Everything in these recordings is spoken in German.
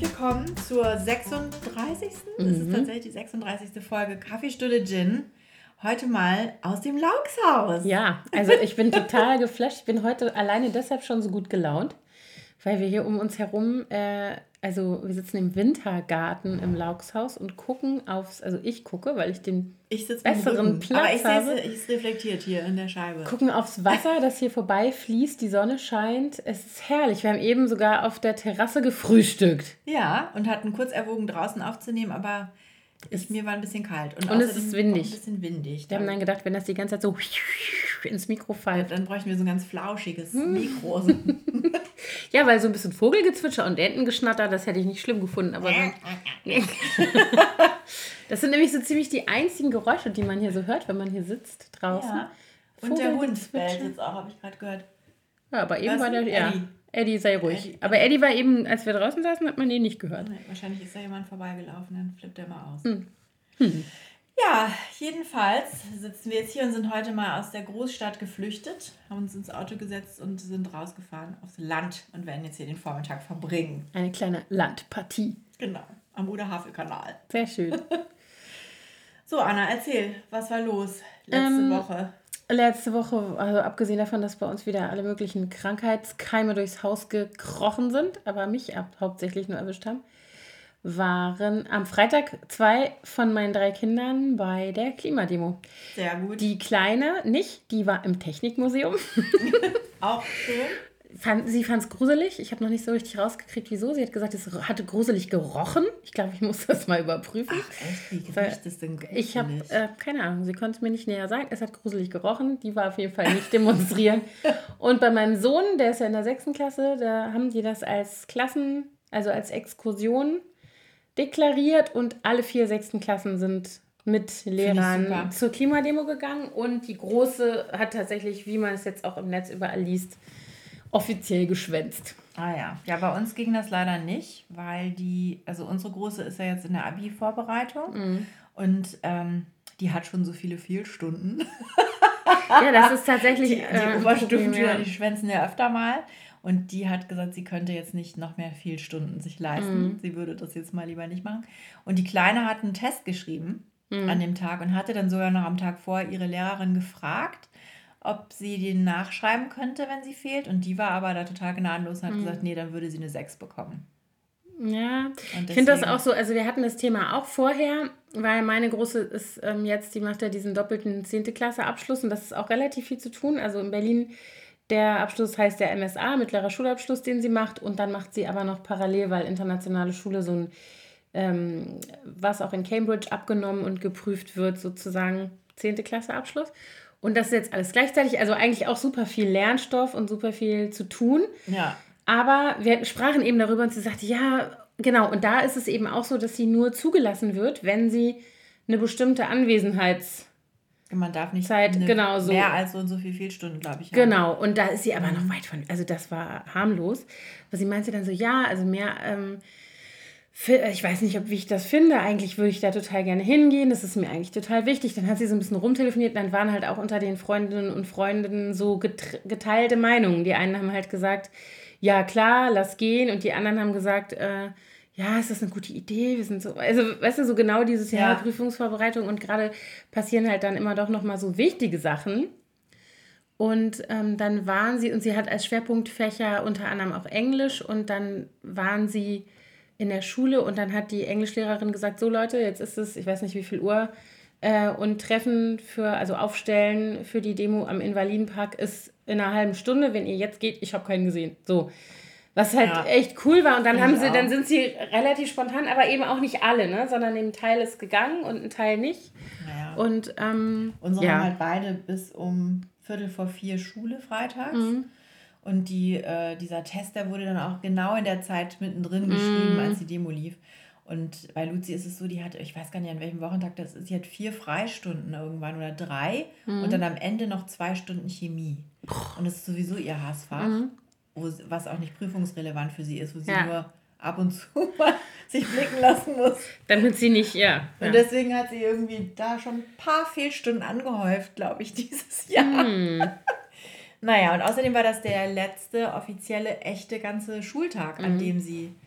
willkommen zur 36. Das ist tatsächlich die 36. Folge Kaffeestunde Gin. Heute mal aus dem Laux-Haus. Ja, also ich bin total geflasht. Ich bin heute alleine deshalb schon so gut gelaunt, weil wir hier um uns herum, also wir sitzen im Wintergarten im Laux-Haus und gucken aufs, also ich gucke, weil ich den besseren Platz habe. Aber ich sehe es reflektiert hier in der Scheibe. Gucken aufs Wasser, das hier vorbeifließt, die Sonne scheint. Es ist herrlich. Wir haben eben sogar auf der Terrasse gefrühstückt. Ja, und hatten kurz erwogen, draußen aufzunehmen, aber mir war ein bisschen kalt. Und es ist windig. Ein bisschen windig. Wir haben dann gedacht, wenn das die ganze Zeit so ins Mikro pfeift. Dann bräuchten wir so ein ganz flauschiges Mikro. Ja, weil so ein bisschen Vogelgezwitscher und Entengeschnatter, das hätte ich nicht schlimm gefunden. Aber das sind nämlich so ziemlich die einzigen Geräusche, die man hier so hört, wenn man hier sitzt draußen. Ja. Und der Hund bellt jetzt auch, habe ich gerade gehört. Ja, aber eben war der, Eddie, sei ruhig. Aber Eddie war eben, als wir draußen saßen, hat man den nicht gehört. Nee, wahrscheinlich ist da jemand vorbeigelaufen, dann flippt er mal aus. Ja, jedenfalls sitzen wir jetzt hier und sind heute mal aus der Großstadt geflüchtet, haben uns ins Auto gesetzt und sind rausgefahren aufs Land und werden jetzt hier den Vormittag verbringen. Eine kleine Landpartie. Genau, am Oder-Havel-Kanal. Sehr schön. So, Anna, erzähl, was war los letzte Woche? Letzte Woche, also abgesehen davon, dass bei uns wieder alle möglichen Krankheitskeime durchs Haus gekrochen sind, aber mich hauptsächlich nur erwischt haben, waren am Freitag 2 von meinen 3 Kindern bei der Klimademo. Sehr gut. Die Kleine nicht, die war im Technikmuseum. Auch schön. Sie fand es gruselig. Ich habe noch nicht so richtig rausgekriegt, wieso. Sie hat gesagt, es hatte gruselig gerochen. Ich glaube, ich muss das mal überprüfen. Ach echt? Wie riecht es denn gruselig? Ich habe keine Ahnung. Sie konnte es mir nicht näher sagen. Es hat gruselig gerochen. Die war auf jeden Fall nicht demonstrieren. Und bei meinem Sohn, der ist ja in der 6. Klasse, da haben die das als also als Exkursion deklariert. Und alle 4 6. Klassen sind mit Lehrern zur Klimademo gegangen. Und die Große hat tatsächlich, wie man es jetzt auch im Netz überall liest, offiziell geschwänzt. Ah ja. Ja, bei uns ging das leider nicht, weil also unsere Große ist ja jetzt in der Abi-Vorbereitung und die hat schon so viele Fehlstunden. Ja, das ist tatsächlich die Oberstufenschüler, die schwänzen ja öfter mal. Und die hat gesagt, sie könnte jetzt nicht noch mehr Fehlstunden sich leisten. Sie würde das jetzt mal lieber nicht machen. Und die Kleine hat einen Test geschrieben an dem Tag und hatte dann sogar noch am Tag vor ihre Lehrerin gefragt, ob sie den nachschreiben könnte, wenn sie fehlt. Und die war aber da total gnadenlos und hat gesagt, nee, dann würde sie eine 6 bekommen. Ja, ich finde das auch so, also wir hatten das Thema auch vorher, weil meine Große ist jetzt, die macht ja diesen doppelten 10. Klasse Abschluss und das ist auch relativ viel zu tun. Also in Berlin, der Abschluss heißt der MSA, mittlerer Schulabschluss, den sie macht. Und dann macht sie aber noch parallel, weil internationale Schule so ein, was auch in Cambridge abgenommen und geprüft wird, sozusagen 10. Klasse Abschluss. Und das ist jetzt alles gleichzeitig, also eigentlich auch super viel Lernstoff und super viel zu tun. Ja. Aber wir sprachen eben darüber und sie sagte, ja, genau. Und da ist es eben auch so, dass sie nur zugelassen wird, wenn sie eine bestimmte Man darf nicht mehr als so und so viele Fehlstunden, glaube ich. Genau. Und da ist sie aber noch weit von, also das war harmlos. Aber sie meinte dann so, ja, also mehr... ich weiß nicht, wie ich das finde. Eigentlich würde ich da total gerne hingehen. Das ist mir eigentlich total wichtig. Dann hat sie so ein bisschen rumtelefoniert. Dann waren halt auch unter den Freundinnen und Freunden so geteilte Meinungen. Die einen haben halt gesagt, ja klar, lass gehen. Und die anderen haben gesagt, ja, ist das eine gute Idee? Wir sind so, also weißt du, so genau dieses Jahr Prüfungsvorbereitung. Und gerade passieren halt dann immer doch nochmal so wichtige Sachen. Und dann waren sie, und sie hat als Schwerpunktfächer unter anderem auch Englisch. Und dann waren sie in der Schule und dann hat die Englischlehrerin gesagt, so Leute, jetzt ist es, ich weiß nicht wie viel Uhr, und Treffen aufstellen für die Demo am Invalidenpark ist in einer halben Stunde, wenn ihr jetzt geht, ich habe keinen gesehen. So, was halt echt cool war und dann sind sie relativ spontan, aber eben auch nicht alle, ne, sondern ein Teil ist gegangen und ein Teil nicht. Naja. Und unsere haben halt beide bis um 3:45 Schule freitags. Und dieser Test, der wurde dann auch genau in der Zeit mittendrin geschrieben, als die Demo lief. Und bei Luzi ist es so, die hat, ich weiß gar nicht, an welchem Wochentag das ist, sie hat 4 Freistunden irgendwann oder 3 und dann am Ende noch 2 Stunden Chemie. Und das ist sowieso ihr Hassfach, was auch nicht prüfungsrelevant für sie ist, wo sie nur ab und zu mal sich blicken lassen muss. Damit sie nicht, Und deswegen hat sie irgendwie da schon ein paar Fehlstunden angehäuft, glaube ich, dieses Jahr. Naja, und außerdem war das der letzte offizielle, echte ganze Schultag, an dem sie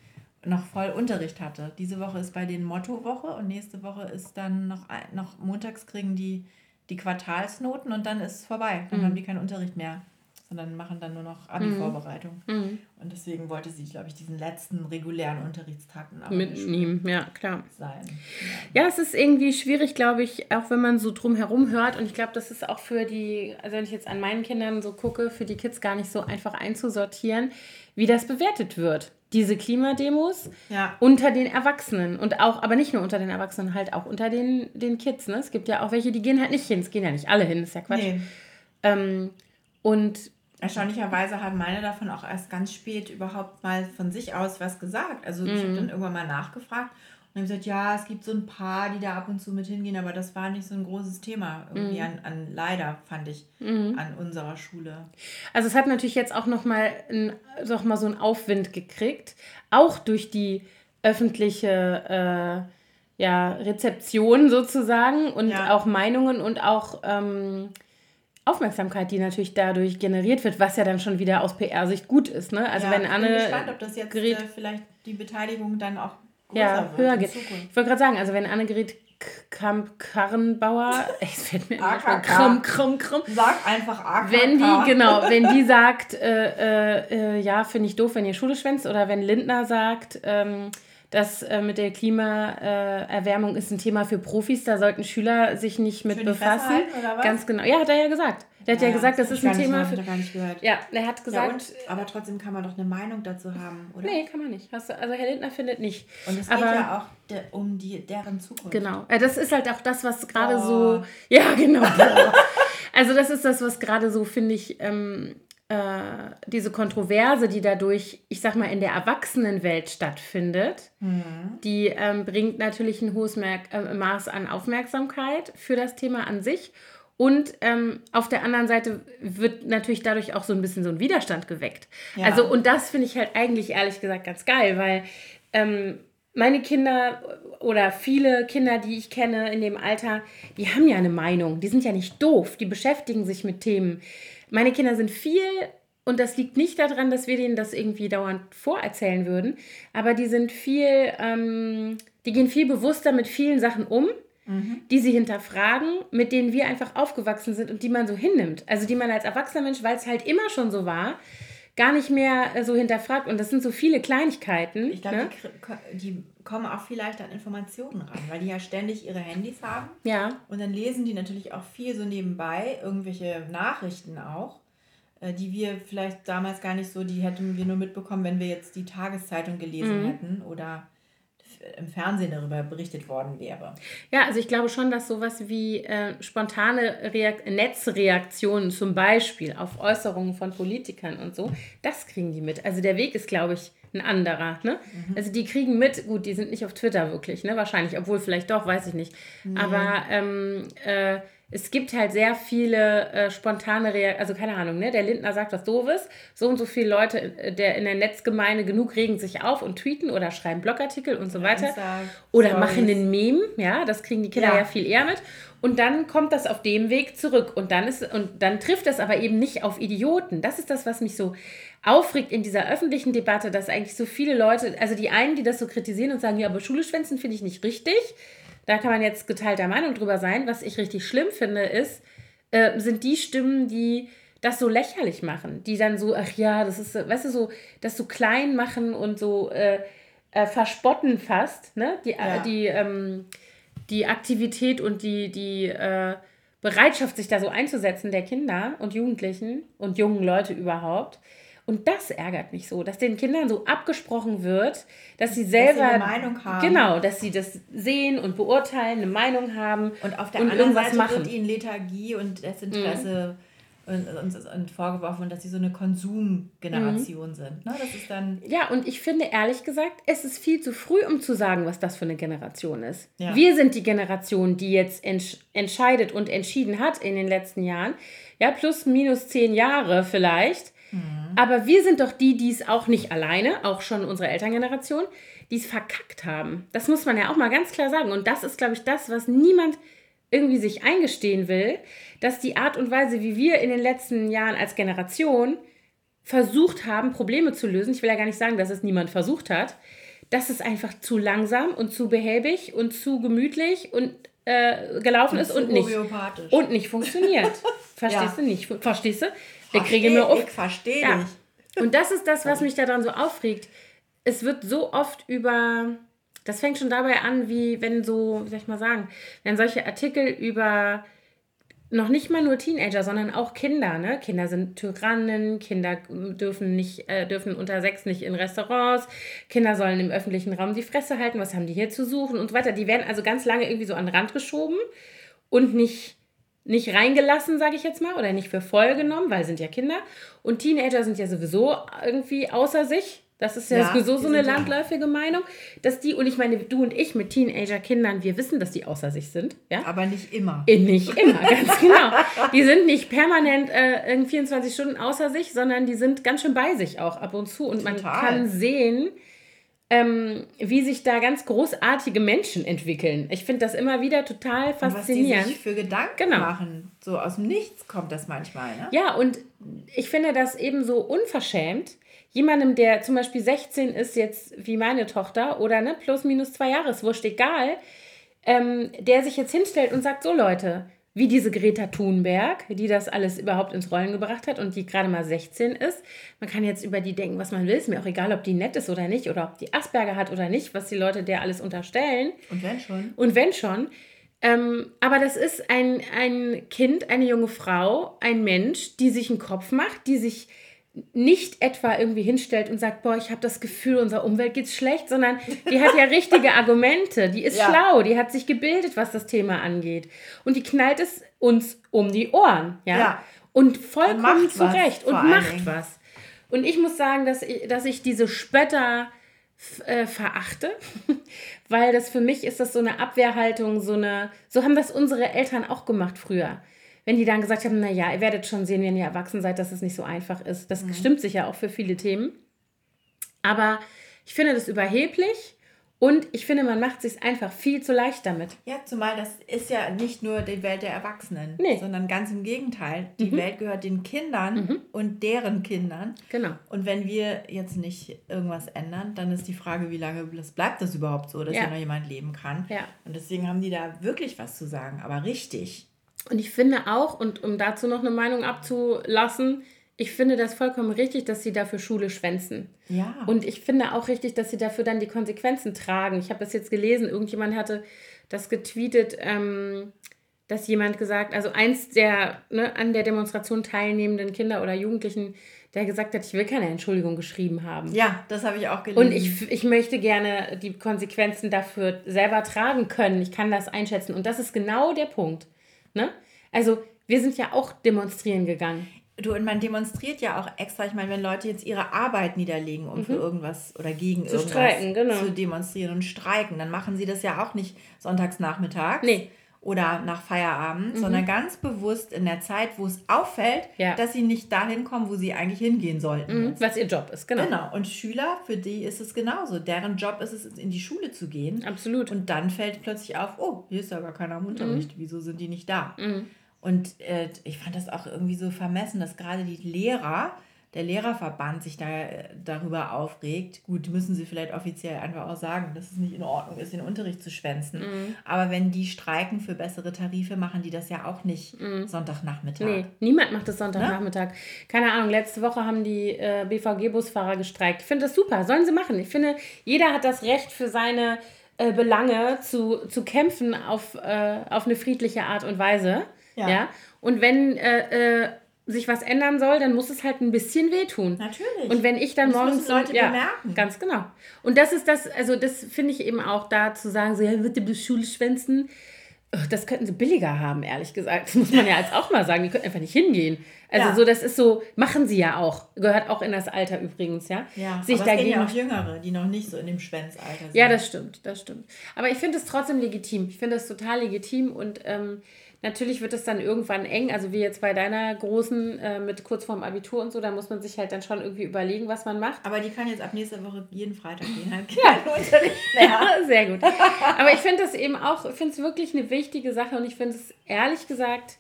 noch voll Unterricht hatte. Diese Woche ist bei denen Mottowoche und nächste Woche ist dann noch montags kriegen die Quartalsnoten und dann ist es vorbei. Dann haben die keinen Unterricht mehr, sondern machen dann nur noch Abi-Vorbereitung. Und deswegen wollte sie, glaube ich, diesen letzten regulären Unterrichtstag mitnehmen. Ja, klar. Sein. Ja, es ist irgendwie schwierig, glaube ich, auch wenn man so drumherum hört. Und ich glaube, das ist auch für die, also wenn ich jetzt an meinen Kindern so gucke, für die Kids gar nicht so einfach einzusortieren, wie das bewertet wird. Diese Klimademos unter den Erwachsenen und auch, aber nicht nur unter den Erwachsenen, halt auch unter den Kids. Ne? Es gibt ja auch welche, die gehen halt nicht hin. Es gehen ja nicht alle hin, ist ja Quatsch. Nee. Und erstaunlicherweise haben meine davon auch erst ganz spät überhaupt mal von sich aus was gesagt. Also ich habe dann irgendwann mal nachgefragt und haben gesagt, ja, es gibt so ein paar, die da ab und zu mit hingehen, aber das war nicht so ein großes Thema irgendwie leider, fand ich, an unserer Schule. Also es hat natürlich jetzt auch nochmal so einen Aufwind gekriegt, auch durch die öffentliche Rezeption sozusagen und auch Meinungen und auch Aufmerksamkeit, die natürlich dadurch generiert wird, was ja dann schon wieder aus PR-Sicht gut ist. Ne? Also wenn Anne, ich bin gespannt, ob das jetzt vielleicht die Beteiligung dann auch größer wird höher geht. Ich wollte gerade sagen, also wenn Annegret Kramp-Karrenbauer, es fällt mir immer Krumm. Sag einfach AKK. Wenn die sagt, ja, finde ich doof, wenn ihr Schule schwänzt, oder wenn Lindner sagt, das mit der Klimaerwärmung ist ein Thema für Profis, da sollten Schüler sich nicht mit befassen. Halten, oder was? Ganz genau. Ja, hat er ja gesagt. Der hat ja gesagt, das ist ein Thema für... gar nicht gehört. Ja, er hat gesagt... aber trotzdem kann man doch eine Meinung dazu haben, oder? Nee, kann man nicht. Also Herr Lindner findet nicht. Und es geht ja auch um deren Zukunft. Genau. Das ist halt auch das, was gerade so... Ja, genau. Also das ist das, was gerade so, finde ich... diese Kontroverse, die dadurch, ich sag mal, in der Erwachsenenwelt stattfindet, die bringt natürlich ein hohes Maß an Aufmerksamkeit für das Thema an sich. Und auf der anderen Seite wird natürlich dadurch auch so ein bisschen so ein Widerstand geweckt. Ja. Also, und das finde ich halt eigentlich, ehrlich gesagt, ganz geil, weil meine Kinder oder viele Kinder, die ich kenne in dem Alter, die haben ja eine Meinung. Die sind ja nicht doof, die beschäftigen sich mit Themen. Meine Kinder sind viel, und das liegt nicht daran, dass wir denen das irgendwie dauernd vorerzählen würden, aber die sind viel, die gehen viel bewusster mit vielen Sachen um, die sie hinterfragen, mit denen wir einfach aufgewachsen sind und die man so hinnimmt. Also die man als erwachsener Mensch, weil es halt immer schon so war, gar nicht mehr so hinterfragt. Und das sind so viele Kleinigkeiten. Ich glaube, die kommen auch vielleicht an Informationen ran, weil die ja ständig ihre Handys haben. Ja. Und dann lesen die natürlich auch viel so nebenbei, irgendwelche Nachrichten auch, die wir vielleicht damals gar nicht so, die hätten wir nur mitbekommen, wenn wir jetzt die Tageszeitung gelesen hätten oder im Fernsehen darüber berichtet worden wäre. Ja, also ich glaube schon, dass sowas wie spontane Netzreaktionen zum Beispiel auf Äußerungen von Politikern und so, das kriegen die mit. Also der Weg ist, glaube ich, ein anderer. Ne? Also die kriegen mit, gut, die sind nicht auf Twitter wirklich, ne? Wahrscheinlich, obwohl vielleicht doch, weiß ich nicht. Aber es gibt halt sehr viele spontane Reaktionen, also keine Ahnung, ne? Der Lindner sagt was Doofes, so und so viele Leute in der Netzgemeinde genug regen sich auf und tweeten oder schreiben Blogartikel und so weiter. Oder machen einen Meme, ja, das kriegen die Kinder ja viel eher mit. Und dann kommt das auf dem Weg zurück und dann trifft das aber eben nicht auf Idioten. Das ist das, was mich so aufregt in dieser öffentlichen Debatte, dass eigentlich so viele Leute, also die einen, die das so kritisieren und sagen, ja, aber Schule schwänzen finde ich nicht richtig. Da kann man jetzt geteilter Meinung drüber sein. Was ich richtig schlimm finde, sind die Stimmen, die das so lächerlich machen. Die dann so, ach ja, das ist, weißt du, so, das so klein machen und so verspotten fast, ne? Die Aktivität und die Bereitschaft, sich da so einzusetzen der Kinder und Jugendlichen und jungen Leute überhaupt. Und das ärgert mich so, dass den Kindern so abgesprochen wird, dass sie selber eine Meinung haben. Genau, dass sie das sehen und beurteilen, eine Meinung haben und auf der anderen Seite wird ihnen Lethargie und Desinteresse und vorgeworfen, dass sie so eine Konsumgeneration sind. Ne? Das ist dann ja, und ich finde ehrlich gesagt, es ist viel zu früh, um zu sagen, was das für eine Generation ist. Ja. Wir sind die Generation, die jetzt entscheidet und entschieden hat in den letzten Jahren, ja, plus minus 10 Jahre vielleicht. Aber wir sind doch die es auch nicht alleine, auch schon unsere Elterngeneration, die es verkackt haben. Das muss man ja auch mal ganz klar sagen. Und das ist, glaube ich, das, was niemand irgendwie sich eingestehen will, dass die Art und Weise, wie wir in den letzten Jahren als Generation versucht haben, Probleme zu lösen, ich will ja gar nicht sagen, dass es niemand versucht hat, dass es einfach zu langsam und zu behäbig und zu gemütlich und gelaufen ist und nicht funktioniert. Verstehst du nicht? Verstehst du? Ich verstehe dich. Und das ist das, was mich daran so aufregt. Es wird so oft das fängt schon dabei an, wie wenn so, wie soll ich mal sagen, wenn solche Artikel über noch nicht mal nur Teenager, sondern auch Kinder, ne? Kinder sind Tyrannen, Kinder dürfen unter 6 nicht in Restaurants, Kinder sollen im öffentlichen Raum die Fresse halten, was haben die hier zu suchen und so weiter. Die werden also ganz lange irgendwie so an den Rand geschoben und nicht reingelassen, sage ich jetzt mal, oder nicht für voll genommen, weil sind ja Kinder. Und Teenager sind ja sowieso irgendwie außer sich. Das ist ja sowieso so eine landläufige Meinung, dass die, und ich meine, du und ich mit Teenager-Kindern, wir wissen, dass die außer sich sind. Ja? Aber nicht immer. Nicht immer, ganz genau. Die sind nicht permanent 24 Stunden außer sich, sondern die sind ganz schön bei sich auch ab und zu. Und man kann sehen, wie sich da ganz großartige Menschen entwickeln. Ich finde das immer wieder total faszinierend. Was die sich für Gedanken machen. So aus dem Nichts kommt das manchmal. Ne? Ja, und ich finde das eben so unverschämt, jemandem, der zum Beispiel 16 ist, jetzt wie meine Tochter, oder ne, plus minus 2 Jahre, ist wurscht egal, der sich jetzt hinstellt und sagt, so Leute, wie diese Greta Thunberg, die das alles überhaupt ins Rollen gebracht hat und die gerade mal 16 ist. Man kann jetzt über die denken, was man will, ist mir auch egal, ob die nett ist oder nicht, oder ob die Asperger hat oder nicht, was die Leute der alles unterstellen. Und wenn schon. Aber das ist ein Kind, eine junge Frau, ein Mensch, die sich einen Kopf macht, die sich nicht etwa irgendwie hinstellt und sagt, boah, ich habe das Gefühl, unserer Umwelt geht's schlecht, sondern die hat ja richtige Argumente, die ist schlau, die hat sich gebildet, was das Thema angeht. Und die knallt es uns um die Ohren, und vollkommen zurecht und macht was. Und ich muss sagen, dass ich diese Spötter verachte, weil das für mich ist das so eine Abwehrhaltung, so haben das unsere Eltern auch gemacht früher. Wenn die dann gesagt haben, naja, ihr werdet schon sehen, wenn ihr erwachsen seid, dass es nicht so einfach ist. Das stimmt sicher auch für viele Themen. Aber ich finde das überheblich und ich finde, man macht es sich einfach viel zu leicht damit. Ja, zumal das ist ja nicht nur die Welt der Erwachsenen, sondern ganz im Gegenteil. Die Welt gehört den Kindern und deren Kindern. Genau. Und wenn wir jetzt nicht irgendwas ändern, dann ist die Frage, wie lange bleibt das überhaupt so, dass hier noch jemand leben kann. Ja. Und deswegen haben die da wirklich was zu sagen, aber richtig. Und ich finde auch, und um dazu noch eine Meinung abzulassen, ich finde das vollkommen richtig, dass sie dafür Schule schwänzen. Ja. Und ich finde auch richtig, dass sie dafür dann die Konsequenzen tragen. Ich habe das jetzt gelesen, irgendjemand hatte das getweetet, dass jemand gesagt, also eins der an der Demonstration teilnehmenden Kinder oder Jugendlichen, der gesagt hat, ich will keine Entschuldigung geschrieben haben. Ja, das habe ich auch gelesen. Und ich möchte gerne die Konsequenzen dafür selber tragen können. Ich kann das einschätzen. Und das ist genau der Punkt. Ne? Also wir sind ja auch demonstrieren gegangen. Du, und man demonstriert ja auch extra, ich meine, wenn Leute jetzt ihre Arbeit niederlegen, um für irgendwas oder gegen irgendwas zu demonstrieren und streiken, dann machen sie das ja auch nicht sonntags nachmittags oder nach Feierabend, sondern ganz bewusst in der Zeit, wo es auffällt, dass sie nicht dahin kommen, wo sie eigentlich hingehen sollten. Was ihr Job ist, genau. Genau, und Schüler, für die ist es genauso. Deren Job ist es, in die Schule zu gehen. Absolut. Und dann fällt plötzlich auf, oh, hier ist ja gar keiner im Unterricht, wieso sind die nicht da? Und ich fand das auch irgendwie so vermessen, dass gerade der Lehrerverband sich darüber aufregt. Gut, müssen sie vielleicht offiziell einfach auch sagen, dass es nicht in Ordnung ist, den Unterricht zu schwänzen. Aber wenn die streiken für bessere Tarife, machen die das ja auch nicht Sonntagnachmittag. Nee, niemand macht das Sonntagnachmittag. Keine Ahnung, letzte Woche haben die BVG-Busfahrer gestreikt. Ich finde das super, sollen sie machen. Ich finde, jeder hat das Recht für seine Belange zu kämpfen auf eine friedliche Art und Weise. Ja. Und wenn sich was ändern soll, dann muss es halt ein bisschen wehtun. Natürlich. Und wenn ich dann das morgens... müssen Leute bemerken. Ganz genau. Und das ist das, also das finde ich eben auch da zu sagen, so, ja, wird die Schule schwänzen. Das könnten sie billiger haben, ehrlich gesagt. Das muss man ja jetzt auch mal sagen. Die könnten einfach nicht hingehen. Also so, das ist so, machen sie ja auch. Gehört auch in das Alter übrigens, ja. Ja, sich aber es gibt ja auch Jüngere, die noch nicht so in dem Schwänzalter sind. Ja, das stimmt. Aber ich finde es trotzdem legitim. Ich finde es total legitim und natürlich wird es dann irgendwann eng, also wie jetzt bei deiner Großen mit kurz vorm Abitur und so, da muss man sich halt dann schon irgendwie überlegen, was man macht. Aber die kann jetzt ab nächster Woche jeden Freitag gehen, halt keinen Unterricht mehr. Sehr gut. Aber ich finde das eben auch, ich finde es wirklich eine wichtige Sache und ich finde es ehrlich gesagt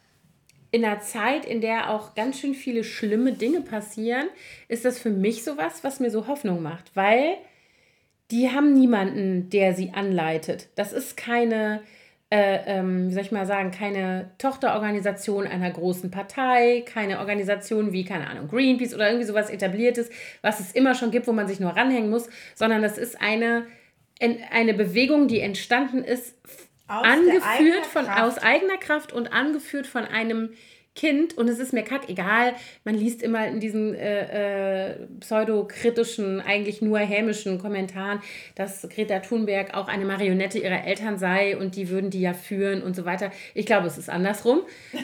in einer Zeit, in der auch ganz schön viele schlimme Dinge passieren, ist das für mich sowas, was mir so Hoffnung macht, weil die haben niemanden, der sie anleitet. Das ist keine, wie soll ich mal sagen, keine Tochterorganisation einer großen Partei, keine Organisation wie, keine Ahnung, Greenpeace oder irgendwie sowas Etabliertes, was es immer schon gibt, wo man sich nur ranhängen muss, sondern das ist eine Bewegung, die entstanden ist, aus eigener Kraft und angeführt von einem Kind, und es ist mir kackegal, man liest immer in diesen pseudokritischen, eigentlich nur hämischen Kommentaren, dass Greta Thunberg auch eine Marionette ihrer Eltern sei und die würden die ja führen und so weiter. Ich glaube, es ist andersrum.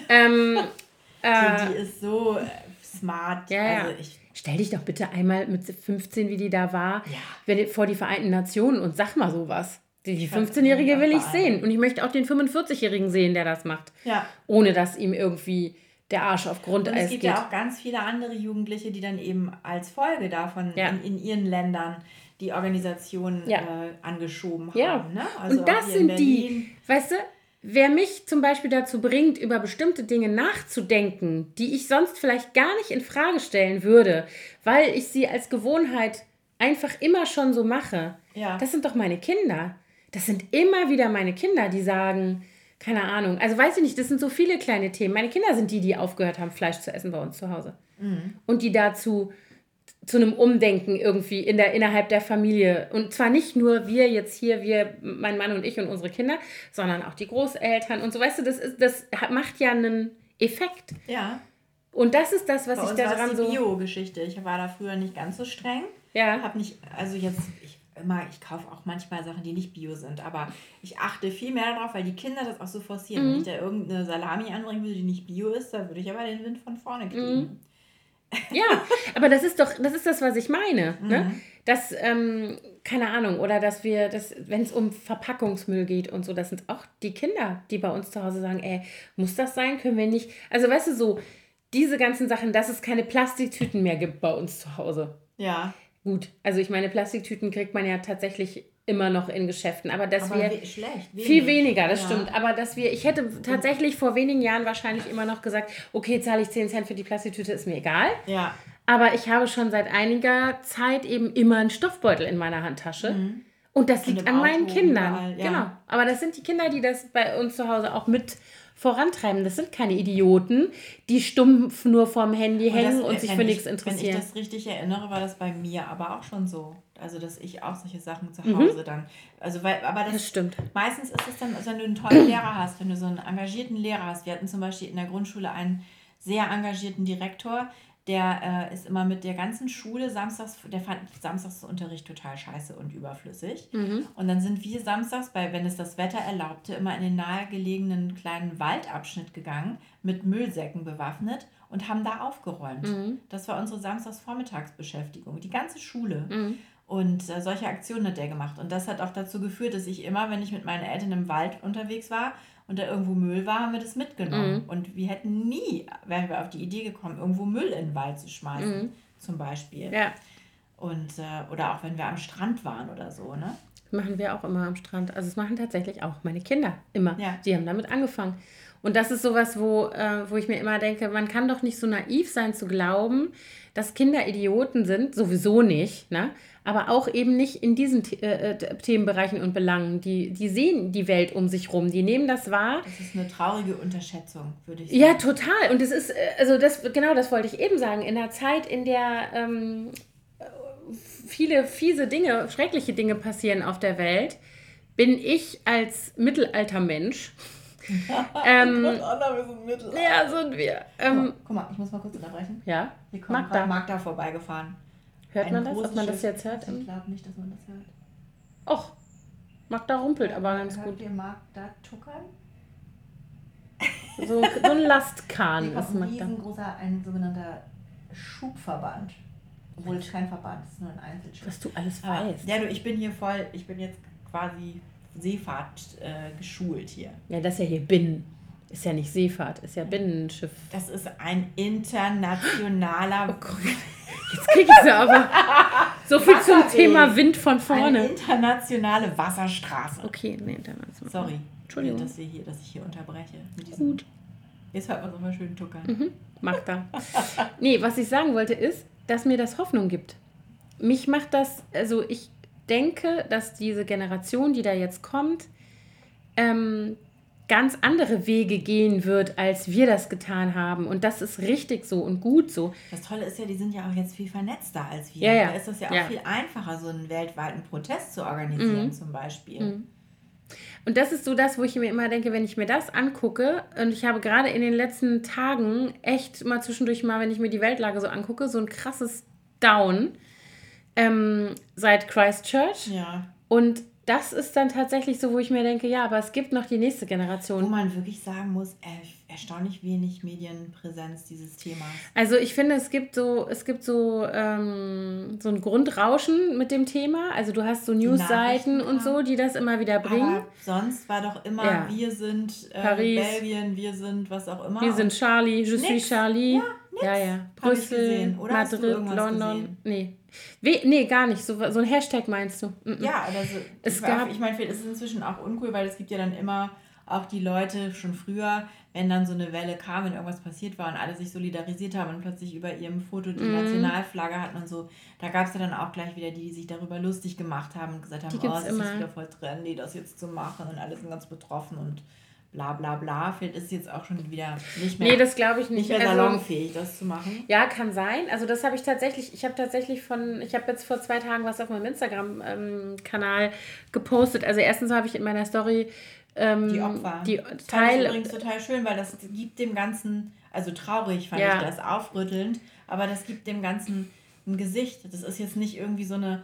Die ist so smart. Ja. Also stell dich doch bitte einmal mit 15, wie die da war, vor die Vereinten Nationen und sag mal sowas. Die 15-Jährige will ich sehen. Und ich möchte auch den 45-Jährigen sehen, der das macht. Ja. Ohne dass ihm irgendwie der Arsch auf Grundeis geht. Und es gibt ja auch ganz viele andere Jugendliche, die dann eben als Folge davon in ihren Ländern die Organisation angeschoben haben. Ne? Also und das sind die, weißt du, wer mich zum Beispiel dazu bringt, über bestimmte Dinge nachzudenken, die ich sonst vielleicht gar nicht in Frage stellen würde, weil ich sie als Gewohnheit einfach immer schon so mache, das sind doch meine Kinder. Das sind immer wieder meine Kinder, die sagen, keine Ahnung, also weiß ich nicht, das sind so viele kleine Themen. Meine Kinder sind die aufgehört haben, Fleisch zu essen bei uns zu Hause. Mhm. Und die dazu zu einem Umdenken irgendwie innerhalb der Familie. Und zwar nicht nur wir, mein Mann und ich und unsere Kinder, sondern auch die Großeltern und so. Weißt du, das macht ja einen Effekt. Ja. Und das ist das, was ich daran so... die Bio-Geschichte. Ich war da früher nicht ganz so streng. Ja. Ich kaufe auch manchmal Sachen, die nicht Bio sind, aber ich achte viel mehr darauf, weil die Kinder das auch so forcieren. Wenn ich da irgendeine Salami anbringen würde, die nicht Bio ist, dann würde ich aber den Wind von vorne kriegen. Ja, aber das ist das, was ich meine. Ne? Dass, keine Ahnung, oder dass wenn es um Verpackungsmüll geht und so, das sind auch die Kinder, die bei uns zu Hause sagen, muss das sein, können wir nicht. Also weißt du, so diese ganzen Sachen, dass es keine Plastiktüten mehr gibt bei uns zu Hause. Ja. Gut, also ich meine, Plastiktüten kriegt man ja tatsächlich immer noch in Geschäften, aber viel weniger, das stimmt, aber ich hätte tatsächlich vor wenigen Jahren wahrscheinlich immer noch gesagt, okay, zahle ich 10 Cent für die Plastiktüte, ist mir egal. Ja. Aber ich habe schon seit einiger Zeit eben immer einen Stoffbeutel in meiner Handtasche. Mhm. Und das liegt an meinen Kindern. Überall, ja. Genau. Aber das sind die Kinder, die das bei uns zu Hause auch mit vorantreiben. Das sind keine Idioten, die stumpf nur vorm Handy hängen und sich für nichts interessieren. Wenn ich das richtig erinnere, war das bei mir aber auch schon so. Also, dass ich auch solche Sachen zu Hause dann... Also, das stimmt. Meistens ist es dann, wenn du einen tollen Lehrer hast, wenn du so einen engagierten Lehrer hast. Wir hatten zum Beispiel in der Grundschule einen sehr engagierten Direktor, der ist immer mit der ganzen Schule der fand Samstagsunterricht total scheiße und überflüssig. Mhm. Und dann sind wir samstags, wenn es das Wetter erlaubte, immer in den nahegelegenen kleinen Waldabschnitt gegangen, mit Müllsäcken bewaffnet und haben da aufgeräumt. Mhm. Das war unsere Samstagsvormittagsbeschäftigung, die ganze Schule. Mhm. Und solche Aktionen hat der gemacht. Und das hat auch dazu geführt, dass ich immer, wenn ich mit meinen Eltern im Wald unterwegs war und da irgendwo Müll war, haben wir das mitgenommen. Mhm. Und wir wären wir auf die Idee gekommen, irgendwo Müll in den Wald zu schmeißen, zum Beispiel. Ja. Und, oder auch wenn wir am Strand waren oder so, ne? Machen wir auch immer am Strand. Also es machen tatsächlich auch meine Kinder immer. Ja. Die haben damit angefangen. Und das ist sowas, wo ich mir immer denke, man kann doch nicht so naiv sein zu glauben, dass Kinder Idioten sind, sowieso nicht, ne? Aber auch eben nicht in diesen Themenbereichen und Belangen. Die sehen die Welt um sich rum, die nehmen das wahr. Das ist eine traurige Unterschätzung, würde ich sagen. Ja, total. Und es ist, das wollte ich eben sagen, in einer Zeit, in der viele fiese Dinge, schreckliche Dinge passieren auf der Welt, bin ich als Mittelaltermensch... wir sind Mittelalter. Ja, sind wir. Guck mal, ich muss mal kurz unterbrechen. Ja? Hier kommt Magda vorbeigefahren. Hört man das, ob man das jetzt hört? Ich glaube nicht, dass man das hört. Och, Magda rumpelt aber ganz gut. Hört ihr Magda tuckern? So ein Lastkahn ist Magda. Ein sogenannter Schubverband. Obwohl es kein Verband ist, es ist nur ein Einzelschub. Was du alles weißt. Ja, ich bin jetzt quasi Seefahrt geschult hier. Ja, das ist ja hier Binnen. Ist ja nicht Seefahrt, ist ja Binnenschiff. Das ist ein internationaler... Oh Gott, jetzt krieg ich sie aber. So viel zum Thema Wind von vorne. Eine internationale Wasserstraße. Okay, eine internationale. Sorry, Entschuldigung, dass ich hier unterbreche. Gut. Jetzt hört man es auch mal schön tuckern. Mhm. Magda. Nee, was ich sagen wollte ist, dass mir das Hoffnung gibt. Mich macht das, also ich denke, dass diese Generation, die da jetzt kommt, ganz andere Wege gehen wird, als wir das getan haben. Und das ist richtig so und gut so. Das Tolle ist ja, die sind ja auch jetzt viel vernetzter als wir. Da ist es ja auch viel einfacher, so einen weltweiten Protest zu organisieren zum Beispiel. Und das ist so das, wo ich mir immer denke, wenn ich mir das angucke, und ich habe gerade in den letzten Tagen echt mal zwischendurch mal, wenn ich mir die Weltlage so angucke, so ein krasses Down seit Christchurch. Ja. Und das ist dann tatsächlich so, wo ich mir denke, ja, aber es gibt noch die nächste Generation. Wo man wirklich sagen muss, erstaunlich wenig Medienpräsenz dieses Themas. Also ich finde, es gibt so ein Grundrauschen mit dem Thema. Also du hast so Newsseiten und so, die das immer wieder bringen. Aber sonst war doch immer, wir sind Paris, Belgien, wir sind was auch immer. Wir sind Charlie, je suis Charlie. Ja, ja. Brüssel, Madrid, London. Nee, gar nicht. So ein Hashtag meinst du? Ja, also ich meine, es ist inzwischen auch uncool, weil es gibt ja dann immer auch die Leute schon früher, wenn dann so eine Welle kam, wenn irgendwas passiert war und alle sich solidarisiert haben und plötzlich über ihrem Foto die Nationalflagge hatten und so, da gab es ja dann auch gleich wieder die sich darüber lustig gemacht haben und gesagt haben, es ist jetzt wieder voll trendy, das jetzt zu machen und alle sind ganz betroffen und bla bla bla. Vielleicht ist es jetzt auch schon wieder nicht mehr, das glaube ich nicht. Nicht mehr salonfähig, das zu machen. Ja, kann sein. Also das habe ich tatsächlich, ich habe jetzt vor 2 Tagen was auf meinem Instagram-Kanal gepostet. Also erstens habe ich in meiner Story die Opfer. Das fand ich übrigens total schön, weil das gibt dem Ganzen, also traurig fand ich das, aufrüttelnd, aber das gibt dem Ganzen ein Gesicht. Das ist jetzt nicht irgendwie so eine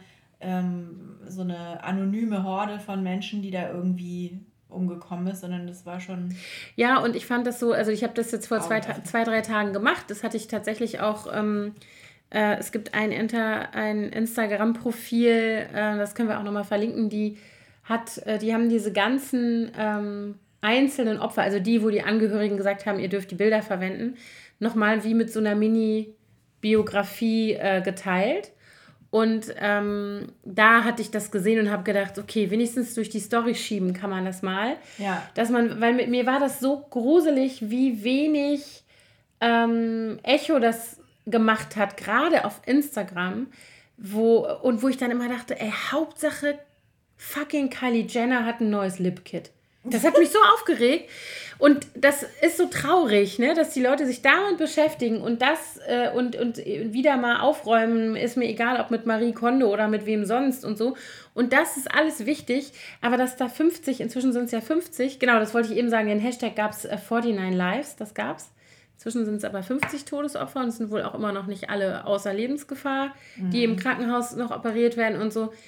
anonyme Horde von Menschen, die da irgendwie umgekommen ist, sondern das war schon... Ja, und ich fand das so, also ich habe das jetzt vor 2-3 Tagen gemacht, das hatte ich tatsächlich auch... es gibt ein Instagram-Profil, das können wir auch nochmal verlinken, die haben diese ganzen einzelnen Opfer, also die, wo die Angehörigen gesagt haben, ihr dürft die Bilder verwenden, nochmal wie mit so einer Mini-Biografie geteilt. Und da hatte ich das gesehen und habe gedacht, okay, wenigstens durch die Story schieben kann man das mal. Ja. Weil mit mir war das so gruselig, wie wenig Echo das gemacht hat, gerade auf Instagram, wo ich dann immer dachte, Hauptsache fucking Kylie Jenner hat ein neues Lip-Kit. Das hat mich so aufgeregt. Und das ist so traurig, ne, dass die Leute sich damit beschäftigen und das und wieder mal aufräumen, ist mir egal, ob mit Marie Kondo oder mit wem sonst und so. Und das ist alles wichtig, aber dass da 50, inzwischen sind es ja 50, genau, das wollte ich eben sagen, den Hashtag gab es 49 Lives, das gab's. Inzwischen sind es aber 50 Todesopfer und es sind wohl auch immer noch nicht alle außer Lebensgefahr, die im Krankenhaus noch operiert werden und so.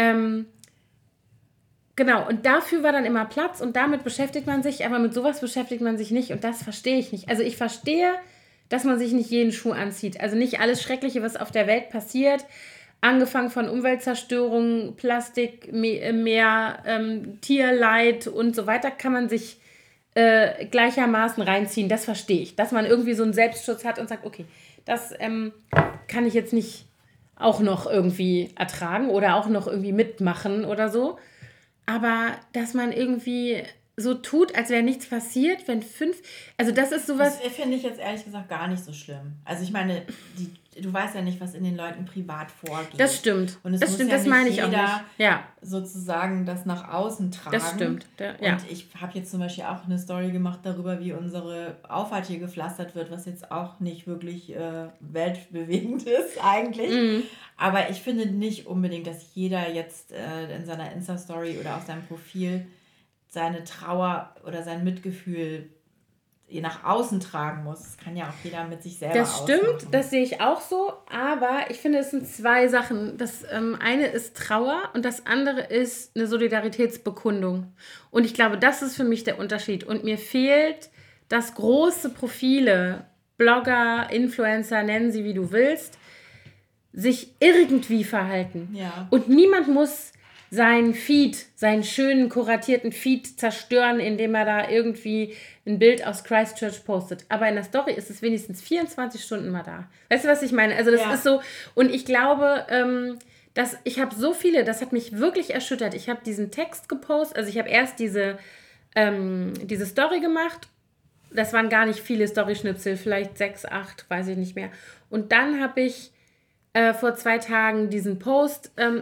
Genau, und dafür war dann immer Platz und damit beschäftigt man sich, aber mit sowas beschäftigt man sich nicht und das verstehe ich nicht. Also ich verstehe, dass man sich nicht jeden Schuh anzieht. Also nicht alles Schreckliche, was auf der Welt passiert, angefangen von Umweltzerstörung, Plastik, Meer, Tierleid und so weiter, kann man sich gleichermaßen reinziehen. Das verstehe ich, dass man irgendwie so einen Selbstschutz hat und sagt, okay, das kann ich jetzt nicht auch noch irgendwie ertragen oder auch noch irgendwie mitmachen oder so. Aber dass man irgendwie so tut, als wäre nichts passiert, wenn 5... Also das ist sowas... Das finde ich jetzt ehrlich gesagt gar nicht so schlimm. Also ich meine, du weißt ja nicht, was in den Leuten privat vorgeht. Das stimmt. Und es das muss stimmt, ja das nicht meine ich jeder auch nicht. Ja. sozusagen das nach außen tragen. Das stimmt. Ja. Und ich habe jetzt zum Beispiel auch eine Story gemacht darüber, wie unsere Auffahrt hier gepflastert wird, was jetzt auch nicht wirklich weltbewegend ist eigentlich. Mhm. Aber ich finde nicht unbedingt, dass jeder jetzt in seiner Insta-Story oder auf seinem Profil seine Trauer oder sein Mitgefühl nach außen tragen muss. Das kann ja auch jeder mit sich selber ausmachen. Das stimmt, das sehe ich auch so, aber ich finde, es sind 2 Sachen. Das eine ist Trauer und das andere ist eine Solidaritätsbekundung. Und ich glaube, das ist für mich der Unterschied. Und mir fehlt, dass große Profile, Blogger, Influencer, nennen sie wie du willst, sich irgendwie verhalten. Ja. Und niemand muss seinen schönen kuratierten Feed zerstören, indem er da irgendwie ein Bild aus Christchurch postet. Aber in der Story ist es wenigstens 24 Stunden mal da. Weißt du, was ich meine? Also das ist so, und ich glaube, ich habe so viele, das hat mich wirklich erschüttert. Ich habe diesen Text gepostet, also ich habe erst diese Story gemacht. Das waren gar nicht viele Story-Schnipsel, vielleicht 6, 8, weiß ich nicht mehr. Und dann habe ich vor 2 Tagen diesen Post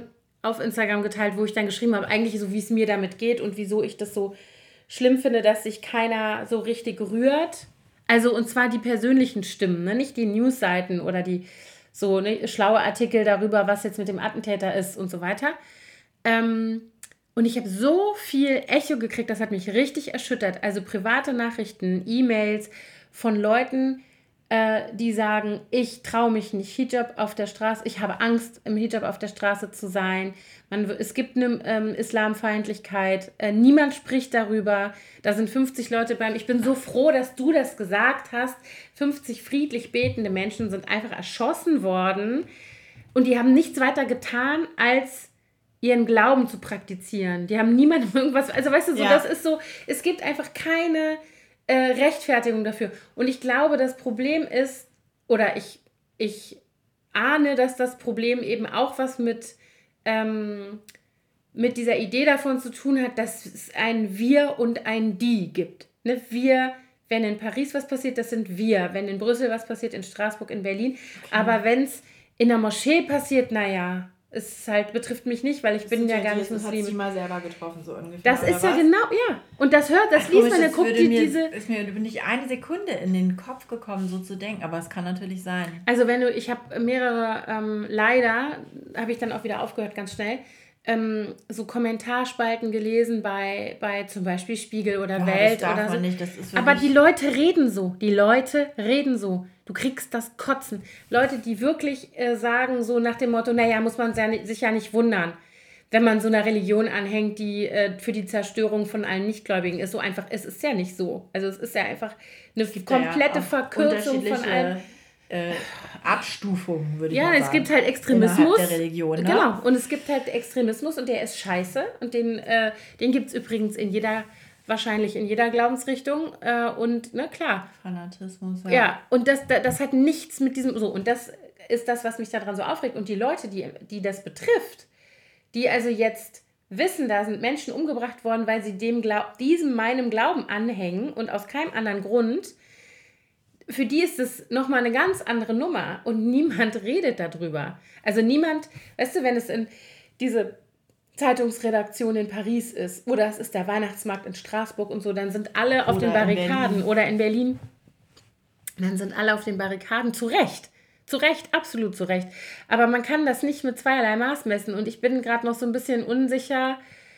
auf Instagram geteilt, wo ich dann geschrieben habe, eigentlich so, wie es mir damit geht und wieso ich das so schlimm finde, dass sich keiner so richtig rührt. Also, und zwar die persönlichen Stimmen, ne? Nicht die Newsseiten oder die so schlaue Artikel darüber, was jetzt mit dem Attentäter ist und so weiter. Und ich habe so viel Echo gekriegt, das hat mich richtig erschüttert. Also private Nachrichten, E-Mails von Leuten, die sagen, ich traue mich nicht, Hijab auf der Straße, ich habe Angst, im Hijab auf der Straße zu sein. Es gibt eine Islamfeindlichkeit, niemand spricht darüber, da sind 50 Leute beim, ich bin so froh, dass du das gesagt hast, 50 friedlich betende Menschen sind einfach erschossen worden und die haben nichts weiter getan, als ihren Glauben zu praktizieren. Die haben niemandem irgendwas, also weißt du, so, das ist so, es gibt einfach keine Rechtfertigung dafür. Und ich glaube, das Problem ist, oder ich ahne, dass das Problem eben auch was mit dieser Idee davon zu tun hat, dass es ein Wir und ein Die gibt. Ne? Wir, wenn in Paris was passiert, das sind wir. Wenn in Brüssel was passiert, in Straßburg, in Berlin. Okay. Aber wenn es in der Moschee passiert, naja, es halt betrifft mich nicht, weil ich bin ja gar nicht Muslim. Hat sie mal selber getroffen, so ungefähr. Das ist ja genau, ja. Und das liest man, dann guckt ist mir nicht eine Sekunde in den Kopf gekommen, so zu denken, aber es kann natürlich sein. Also ich habe mehrere, leider, habe ich dann auch wieder aufgehört, ganz schnell, so Kommentarspalten gelesen bei zum Beispiel Spiegel oder Welt das darf oder so. Man nicht. Das ist aber die Leute reden so. Du kriegst das Kotzen. Leute, die wirklich sagen so nach dem Motto, naja, muss man sich ja nicht wundern, wenn man so einer Religion anhängt, die für die Zerstörung von allen Nichtgläubigen ist. So einfach, es ist ja nicht so. Also es ist ja einfach eine komplette Verkürzung von allem. Abstufungen, würde ich mal sagen. Ja, es gibt halt Extremismus. Der Religion, ne? Genau, und es gibt halt Extremismus und der ist scheiße. Und den gibt es übrigens wahrscheinlich in jeder Glaubensrichtung. Und, ne, klar. Fanatismus, ja. Ja, und das hat nichts mit diesem, so, und das ist das, was mich daran so aufregt. Und die Leute, die das betrifft, die also jetzt wissen, da sind Menschen umgebracht worden, weil sie meinem Glauben anhängen und aus keinem anderen Grund, für die ist es nochmal eine ganz andere Nummer und niemand redet darüber. Also niemand, weißt du, wenn es in diese Zeitungsredaktion in Paris ist oder es ist der Weihnachtsmarkt in Straßburg und so, dann sind alle auf den Barrikaden oder in Berlin, dann sind alle auf den Barrikaden, zu Recht, absolut zu Recht. Aber man kann das nicht mit zweierlei Maß messen und ich bin gerade noch so ein bisschen unsicher,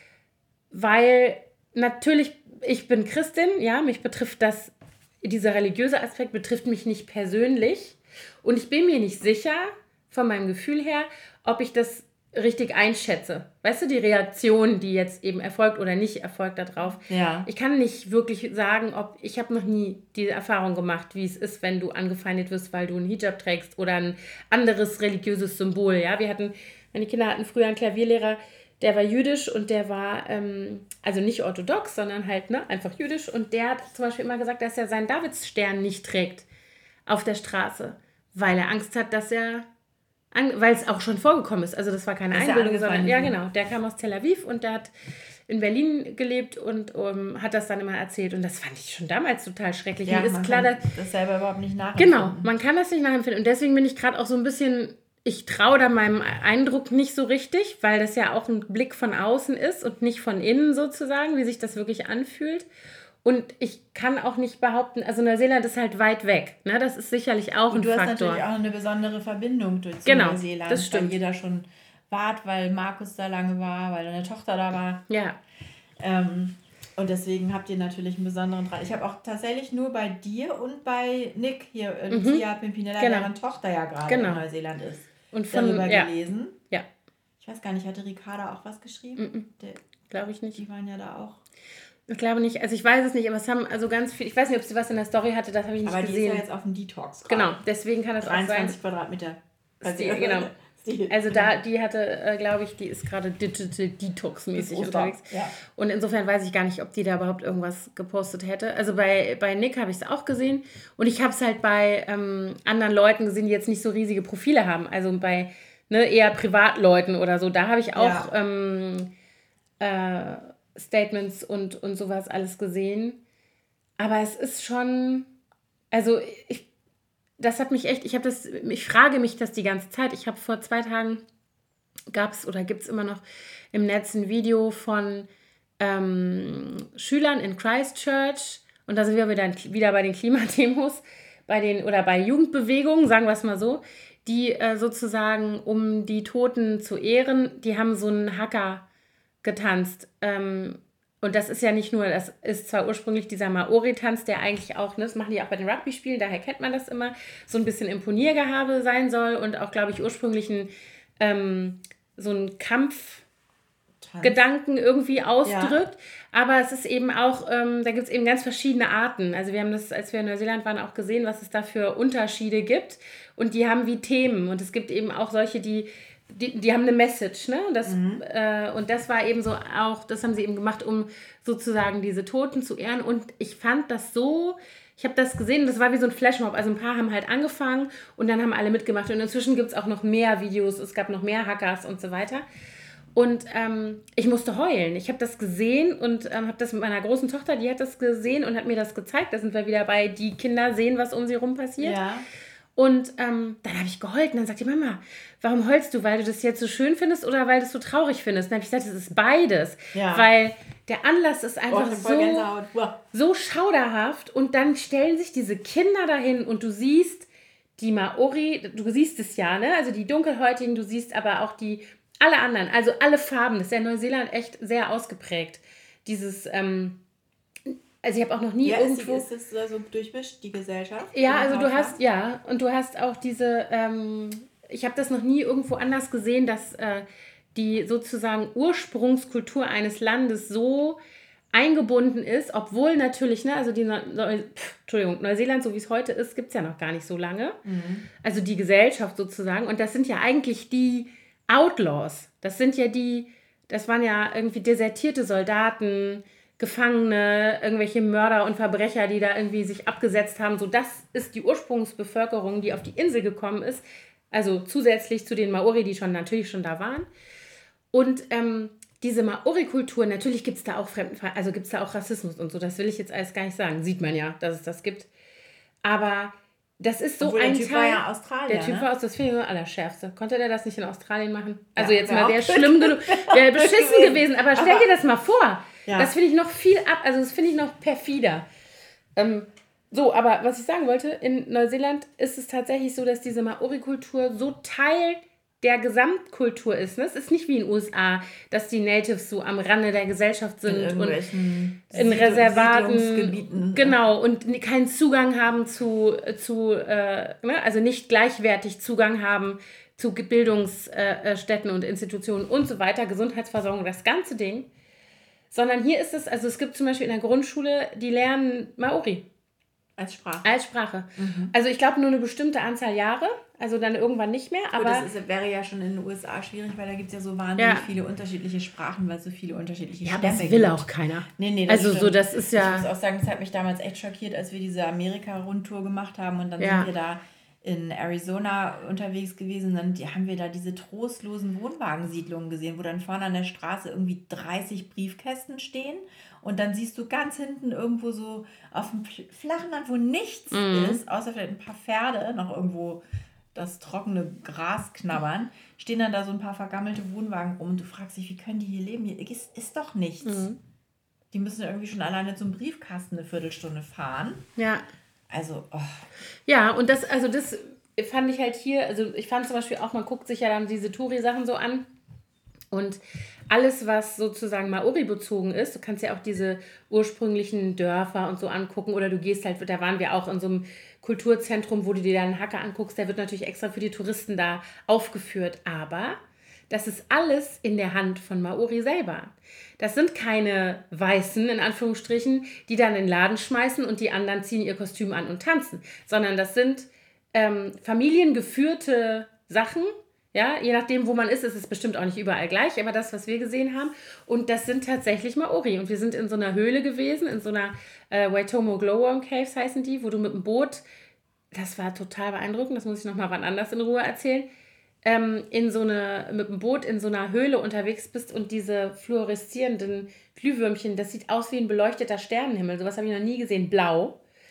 weil natürlich, ich bin Christin, ja, mich betrifft dieser religiöse Aspekt betrifft mich nicht persönlich und ich bin mir nicht sicher, von meinem Gefühl her, ob ich das richtig einschätze. Weißt du, die Reaktion, die jetzt eben erfolgt oder nicht erfolgt darauf. Ja. Ich kann nicht wirklich sagen, ich habe noch nie die Erfahrung gemacht, wie es ist, wenn du angefeindet wirst, weil du einen Hijab trägst oder ein anderes religiöses Symbol. Ja, meine Kinder hatten früher einen Klavierlehrer, der war jüdisch und der war, also nicht orthodox, sondern halt einfach jüdisch. Und der hat zum Beispiel immer gesagt, dass er seinen Davidsstern nicht trägt auf der Straße, weil er Angst hat, weil es auch schon vorgekommen ist. Also das war keine Einbildung, sondern, ja genau, der kam aus Tel Aviv und der hat in Berlin gelebt und hat das dann immer erzählt. Und das fand ich schon damals total schrecklich. Ja, ist klar, kann das selber überhaupt nicht nachempfinden. Genau, man kann das nicht nachempfinden. Und deswegen bin ich gerade auch so ein bisschen... Ich traue da meinem Eindruck nicht so richtig, weil das ja auch ein Blick von außen ist und nicht von innen sozusagen, wie sich das wirklich anfühlt. Und ich kann auch nicht behaupten, also Neuseeland ist halt weit weg. Ne? Das ist sicherlich auch ein Faktor. Du hast natürlich auch eine besondere Verbindung zu Neuseeland, das stimmt. Weil jeder schon wart, weil Markus da lange war, weil deine Tochter da war. Ja. Und deswegen habt ihr natürlich einen besonderen Draht. Ich habe auch tatsächlich nur bei dir und bei Nick hier, Lucia Pimpinella, deren Tochter ja gerade in Neuseeland ist. Und darüber gelesen. Ja. Ich weiß gar nicht, hatte Ricarda auch was geschrieben? Glaube ich nicht. Die waren ja da auch. Ich glaube nicht. Also ich weiß es nicht, aber es haben also ganz viel, ich weiß nicht, ob sie was in der Story hatte, das habe ich nicht gesehen. Aber die ist ja jetzt auf dem Detox gerade. Genau, deswegen kann das auch sein. 23 Quadratmeter. Genau. Also die hatte, glaube ich, die ist gerade Digital Detox-mäßig unterwegs. Ja. Und insofern weiß ich gar nicht, ob die da überhaupt irgendwas gepostet hätte. Also bei Nick habe ich es auch gesehen. Und ich habe es halt bei anderen Leuten gesehen, die jetzt nicht so riesige Profile haben. Also bei eher Privatleuten oder so. Da habe ich auch Statements und sowas alles gesehen. Aber es ist schon... Also das hat mich echt, ich frage mich das die ganze Zeit. Ich habe vor 2 Tagen gab es oder gibt es immer noch im Netz ein Video von Schülern in Christchurch, und da sind wir wieder bei den Klimademos, bei Jugendbewegungen, sagen wir es mal so, die sozusagen, um die Toten zu ehren, die haben so einen Haka getanzt. Und das ist ja nicht nur, das ist zwar ursprünglich dieser Maori-Tanz, der eigentlich auch, ne, das machen die auch bei den Rugby-Spielen, daher kennt man das immer, so ein bisschen Imponiergehabe sein soll und auch, glaube ich, ursprünglich so ein Kampfgedanken irgendwie ausdrückt. Ja. Aber es ist eben auch, da gibt es eben ganz verschiedene Arten. Also wir haben das, als wir in Neuseeland waren, auch gesehen, was es da für Unterschiede gibt. Und die haben wie Themen. Und es gibt eben auch solche, die haben eine Message, ne? Und das war eben so auch, das haben sie eben gemacht, um sozusagen diese Toten zu ehren. Und ich fand das so, ich habe das gesehen, das war wie so ein Flashmob. Also ein paar haben halt angefangen und dann haben alle mitgemacht. Und inzwischen gibt es auch noch mehr Videos, es gab noch mehr Hackers und so weiter. Und ich musste heulen. Ich habe das gesehen und habe das mit meiner großen Tochter, die hat das gesehen und hat mir das gezeigt. Da sind wir wieder bei, die Kinder sehen, was um sie rum passiert. Ja. Und dann habe ich geheult und dann sagt die Mama, warum heulst du? Weil du das jetzt so schön findest oder weil du es so traurig findest? Und dann habe ich gesagt, es ist beides. Ja. Weil der Anlass ist einfach so schauderhaft und dann stellen sich diese Kinder dahin und du siehst die Maori, du siehst es ja, ne? Also die Dunkelhäutigen, du siehst aber auch alle anderen, also alle Farben. Das ist ja in Neuseeland echt sehr ausgeprägt. Dieses, also ich habe auch noch nie irgendwo... Ist es so durchmischt, die Gesellschaft? Ja, also du hast auch diese... ich habe das noch nie irgendwo anders gesehen, dass die sozusagen Ursprungskultur eines Landes so eingebunden ist, obwohl natürlich, ne, also Neuseeland, so wie es heute ist, gibt es ja noch gar nicht so lange. Mhm. Also die Gesellschaft sozusagen. Und das sind ja eigentlich die Outlaws. Das waren ja irgendwie desertierte Soldaten, Gefangene, irgendwelche Mörder und Verbrecher, die da irgendwie sich abgesetzt haben. So, das ist die Ursprungsbevölkerung, die auf die Insel gekommen ist. Also zusätzlich zu den Maori, die natürlich schon da waren. Und diese Maori-Kultur, natürlich gibt es da auch also gibt es da auch Rassismus und so. Das will ich jetzt alles gar nicht sagen. Sieht man ja, dass es das gibt. Aber das ist so ein Teil. Der Typ war ja Australier. Der Typ war das finde ich das Allerschärfste. Konnte der das nicht in Australien machen? Also ja, jetzt mal wäre schlimm genug, wäre beschissen gewesen. Aber stell dir das mal vor. Ja. Das finde ich noch das finde ich noch perfider. Aber was ich sagen wollte, in Neuseeland ist es tatsächlich so, dass diese Maori-Kultur so Teil der Gesamtkultur ist. Ne? Es ist nicht wie in den USA, dass die Natives so am Rande der Gesellschaft sind und in Reservaten, genau, und keinen Zugang haben also nicht gleichwertig Zugang haben zu Bildungsstätten und Institutionen und so weiter, Gesundheitsversorgung, das ganze Ding. Sondern hier ist es, also es gibt zum Beispiel in der Grundschule, die lernen Maori. Als Sprache. Als Sprache. Mhm. Also ich glaube nur eine bestimmte Anzahl Jahre, also dann irgendwann nicht mehr. Aber das wäre ja schon in den USA schwierig, weil da gibt es ja so wahnsinnig viele unterschiedliche Sprachen, weil es so viele unterschiedliche Stämme gibt. Das will auch keiner. Nee, das stimmt. So das ist ja... Ich muss auch sagen, das hat mich damals echt schockiert, als wir diese Amerika-Rundtour gemacht haben und dann sind wir da in Arizona unterwegs gewesen, dann haben wir da diese trostlosen Wohnwagensiedlungen gesehen, wo dann vorne an der Straße irgendwie 30 Briefkästen stehen und dann siehst du ganz hinten irgendwo so auf dem flachen Land, wo nichts ist, außer vielleicht ein paar Pferde, noch irgendwo das trockene Gras knabbern, stehen dann da so ein paar vergammelte Wohnwagen rum und du fragst dich, wie können die hier leben? Hier ist doch nichts. Mhm. Die müssen irgendwie schon alleine zum Briefkasten eine Viertelstunde fahren. Ja. Also, Ja, und das fand ich halt hier, also ich fand zum Beispiel auch, man guckt sich ja dann diese Touri-Sachen so an und alles, was sozusagen Maori-bezogen ist, du kannst ja auch diese ursprünglichen Dörfer und so angucken oder du gehst halt, da waren wir auch in so einem Kulturzentrum, wo du dir dann einen Hacker anguckst, der wird natürlich extra für die Touristen da aufgeführt, aber das ist alles in der Hand von Maori selber. Das sind keine Weißen, in Anführungsstrichen, die dann in den Laden schmeißen und die anderen ziehen ihr Kostüm an und tanzen, sondern das sind familiengeführte Sachen. Ja, je nachdem, wo man ist es bestimmt auch nicht überall gleich, aber das, was wir gesehen haben, und das sind tatsächlich Maori. Und wir sind in so einer Höhle gewesen, in so einer Waitomo Glowworm Caves heißen die, wo du mit dem Boot, das war total beeindruckend, das muss ich nochmal wann anders in Ruhe erzählen, mit dem Boot in so einer Höhle unterwegs bist und diese fluoreszierenden Glühwürmchen, das sieht aus wie ein beleuchteter Sternenhimmel. Sowas habe ich noch nie gesehen. Blau.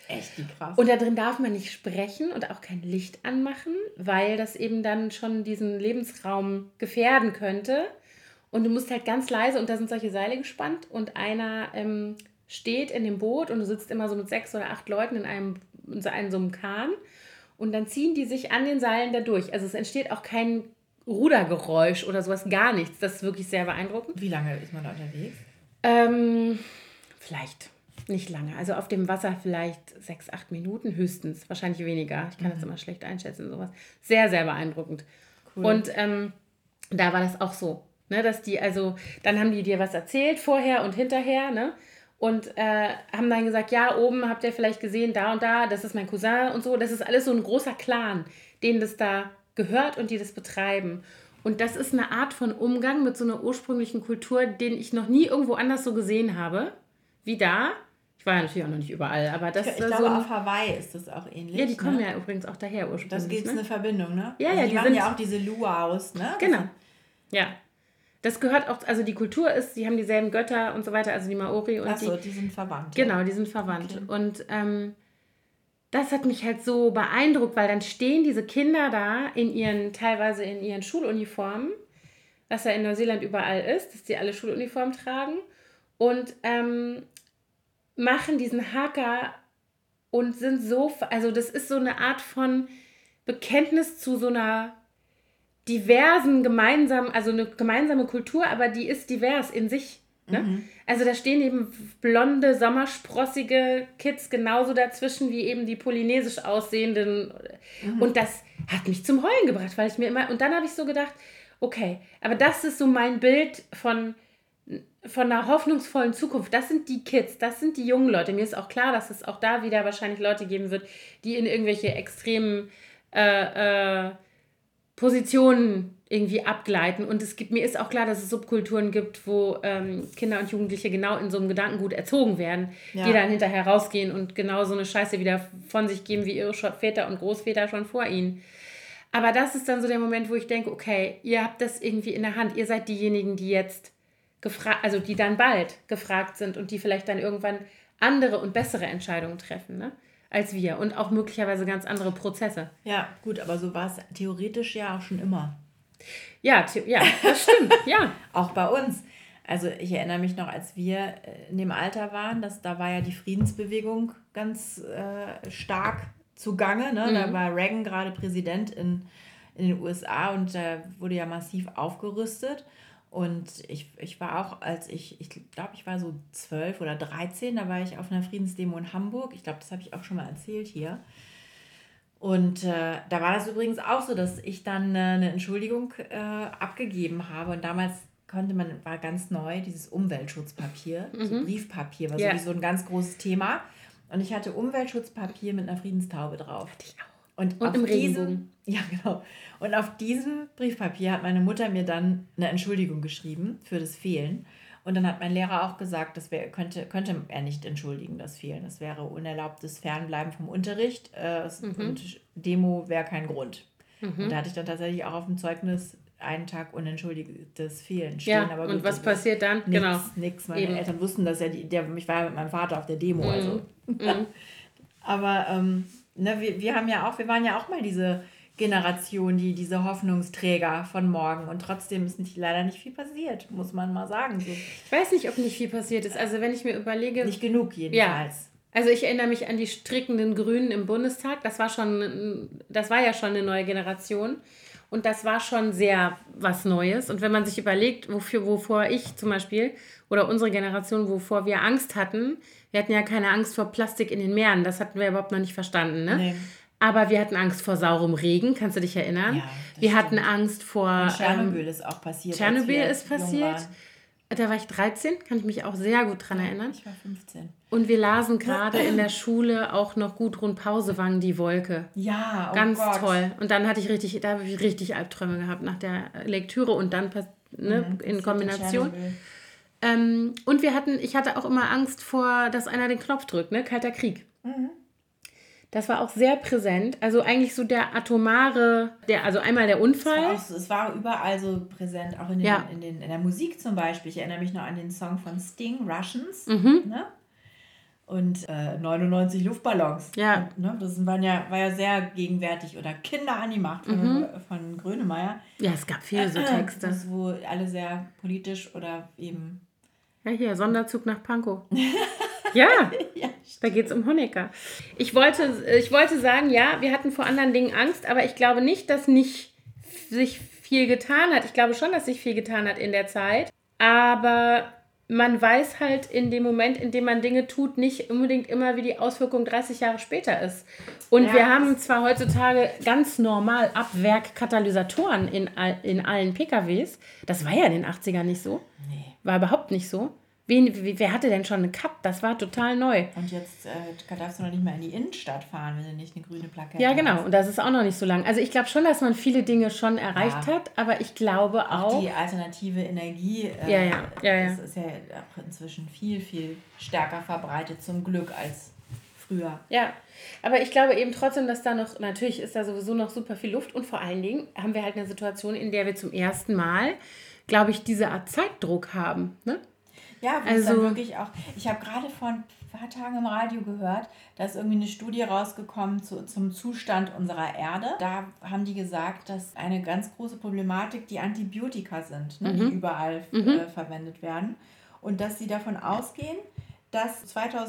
Echt, wie krass. Und da drin darf man nicht sprechen und auch kein Licht anmachen, weil das eben dann schon diesen Lebensraum gefährden könnte. Und du musst halt ganz leise, und da sind solche Seile gespannt, und einer steht in dem Boot und du sitzt immer so mit 6 oder 8 Leuten in so einem Kahn, und dann ziehen die sich an den Seilen da durch. Also es entsteht auch kein Rudergeräusch oder sowas, gar nichts. Das ist wirklich sehr beeindruckend. Wie lange ist man da unterwegs? Vielleicht nicht lange. Also auf dem Wasser vielleicht 6, 8 Minuten höchstens. Wahrscheinlich weniger. Ich kann das immer schlecht einschätzen. Sowas. Sehr, sehr beeindruckend. Cool. Und da war das auch so. Ne, dass die, also, dann haben die dir was erzählt, vorher und hinterher, ne? Und haben dann gesagt, ja, oben habt ihr vielleicht gesehen, da und da, das ist mein Cousin und so. Das ist alles so ein großer Clan, denen das da gehört und die das betreiben. Und das ist eine Art von Umgang mit so einer ursprünglichen Kultur, den ich noch nie irgendwo anders so gesehen habe, wie da. Ich war ja natürlich auch noch nicht überall, aber das ich glaube, so auf Hawaii ist das auch ähnlich. Ja, die kommen ja übrigens auch daher ursprünglich. Das gibt eine Verbindung, ne? Ja, also ja, die machen ja auch diese Luaus, ne? Genau. Ja. Das gehört auch, also die Kultur ist, die haben dieselben Götter und so weiter, also die Maori und die sind verwandt. Genau, die sind verwandt. Okay. Und das hat mich halt so beeindruckt, weil dann stehen diese Kinder da teilweise in ihren Schuluniformen, was ja in Neuseeland überall ist, dass die alle Schuluniformen tragen, und machen diesen Haka und sind so, also das ist so eine Art von Bekenntnis zu so einer diversen also eine gemeinsame Kultur, aber die ist divers in sich. Ne? Mhm. Also da stehen eben blonde, sommersprossige Kids genauso dazwischen wie eben die polynesisch aussehenden. Mhm. Und das hat mich zum Heulen gebracht, weil ich mir immer, und dann habe ich so gedacht, okay, aber das ist so mein Bild von einer hoffnungsvollen Zukunft. Das sind die Kids, das sind die jungen Leute. Mir ist auch klar, dass es auch da wieder wahrscheinlich Leute geben wird, die in irgendwelche extremen Positionen irgendwie abgleiten. Und mir ist auch klar, dass es Subkulturen gibt, wo Kinder und Jugendliche genau in so einem Gedankengut erzogen werden, die dann hinterher rausgehen und genau so eine Scheiße wieder von sich geben, wie ihre Väter und Großväter schon vor ihnen. Aber das ist dann so der Moment, wo ich denke, okay, ihr habt das irgendwie in der Hand. Ihr seid diejenigen, die jetzt die dann bald gefragt sind und die vielleicht dann irgendwann andere und bessere Entscheidungen treffen, ne? Als wir, und auch möglicherweise ganz andere Prozesse. Ja, gut, aber so war es theoretisch ja auch schon immer. Ja, das stimmt, ja. Auch bei uns. Also ich erinnere mich noch, als wir in dem Alter waren, da war ja die Friedensbewegung ganz stark zugange. Ne? Mhm. Da war Reagan gerade Präsident in den USA und da wurde ja massiv aufgerüstet. Und ich war auch, ich glaube, ich war so 12 oder 13, da war ich auf einer Friedensdemo in Hamburg. Ich glaube, das habe ich auch schon mal erzählt hier. Und da war das übrigens auch so, dass ich dann eine Entschuldigung abgegeben habe. Und damals war ganz neu dieses Umweltschutzpapier, so Briefpapier, war sowieso ein ganz großes Thema. Und ich hatte Umweltschutzpapier mit einer Friedenstaube drauf. Hatte ich auch. Und im Regenbogen. Ja, genau. Und auf diesem Briefpapier hat meine Mutter mir dann eine Entschuldigung geschrieben für das Fehlen. Und dann hat mein Lehrer auch gesagt, das könnte er nicht entschuldigen, das Fehlen. Das wäre unerlaubtes Fernbleiben vom Unterricht. Und Demo wäre kein Grund. Und da hatte ich dann tatsächlich auch auf dem Zeugnis einen Tag unentschuldigtes Fehlen stehen. Ja, aber gut, und was passiert dann? Nichts. Meine Eltern wussten das ja. Ich war ja mit meinem Vater auf der Demo. Also. Aber wir waren ja auch mal diese Generation, diese Hoffnungsträger von morgen. Und trotzdem ist leider nicht viel passiert, muss man mal sagen. So. Ich weiß nicht, ob nicht viel passiert ist. Also wenn ich mir überlege... Nicht genug jedenfalls. Ja. Also ich erinnere mich an die strickenden Grünen im Bundestag. Das war ja schon eine neue Generation. Und das war schon sehr was Neues. Und wenn man sich überlegt, wovor ich zum Beispiel oder unsere Generation, wovor wir Angst hatten, wir hatten ja keine Angst vor Plastik in den Meeren. Das hatten wir überhaupt noch nicht verstanden, ne? Nee. Aber wir hatten Angst vor saurem Regen, kannst du dich erinnern? Ja, wir hatten Angst vor... Und Tschernobyl ist auch passiert. Tschernobyl ist passiert. Da war ich 13, kann ich mich auch sehr gut dran erinnern. Ich war 15. Und wir lasen gerade in der Schule auch noch Gudrun Pausewang, Die Wolke. Ja, oh ganz Gott. Toll. Und dann habe ich richtig Albträume gehabt nach der Lektüre und dann in Kombination. Und ich hatte auch immer Angst vor, dass einer den Knopf drückt, ne? Kalter Krieg. Mhm. Das war auch sehr präsent. Also eigentlich so der atomare, also einmal der Unfall. Es war überall so präsent, auch in der Musik zum Beispiel. Ich erinnere mich noch an den Song von Sting, Russians. Mhm. Ne? und 99 Luftballons. Ja. Und, ne, das war ja sehr gegenwärtig. Oder Kinder an die Macht von Grönemeyer. Ja, es gab viele so Texte. Das, wo alle sehr politisch oder eben... Ja, hier, Sonderzug nach Pankow. Ja, da geht es um Honecker. Ich wollte sagen, ja, wir hatten vor anderen Dingen Angst, aber ich glaube nicht, dass nicht sich viel getan hat. Ich glaube schon, dass sich viel getan hat in der Zeit. Aber man weiß halt in dem Moment, in dem man Dinge tut, nicht unbedingt immer, wie die Auswirkung 30 Jahre später ist. Und wir haben zwar heutzutage ganz normal ab Werk Katalysatoren in allen PKWs. Das war ja in den 80ern nicht so. Nee. War überhaupt nicht so. Wer hatte denn schon eine Cut? Das war total neu. Und jetzt darfst du noch nicht mehr in die Innenstadt fahren, wenn du nicht eine grüne Plakette hast. Ja, genau. Und das ist auch noch nicht so lang. Also ich glaube schon, dass man viele Dinge schon erreicht hat, aber ich glaube auch... die alternative Energie, das ist ja auch inzwischen viel, viel stärker verbreitet, zum Glück, als früher. Ja, aber ich glaube eben trotzdem, dass da noch... Natürlich ist da sowieso noch super viel Luft und vor allen Dingen haben wir halt eine Situation, in der wir zum ersten Mal, glaube ich, diese Art Zeitdruck haben, ne? Ja, wo es dann wirklich auch... Ich habe gerade vor ein paar Tagen im Radio gehört, da ist irgendwie eine Studie rausgekommen zum Zustand unserer Erde. Da haben die gesagt, dass eine ganz große Problematik die Antibiotika sind, ne, die überall verwendet werden. Und dass sie davon ausgehen, dass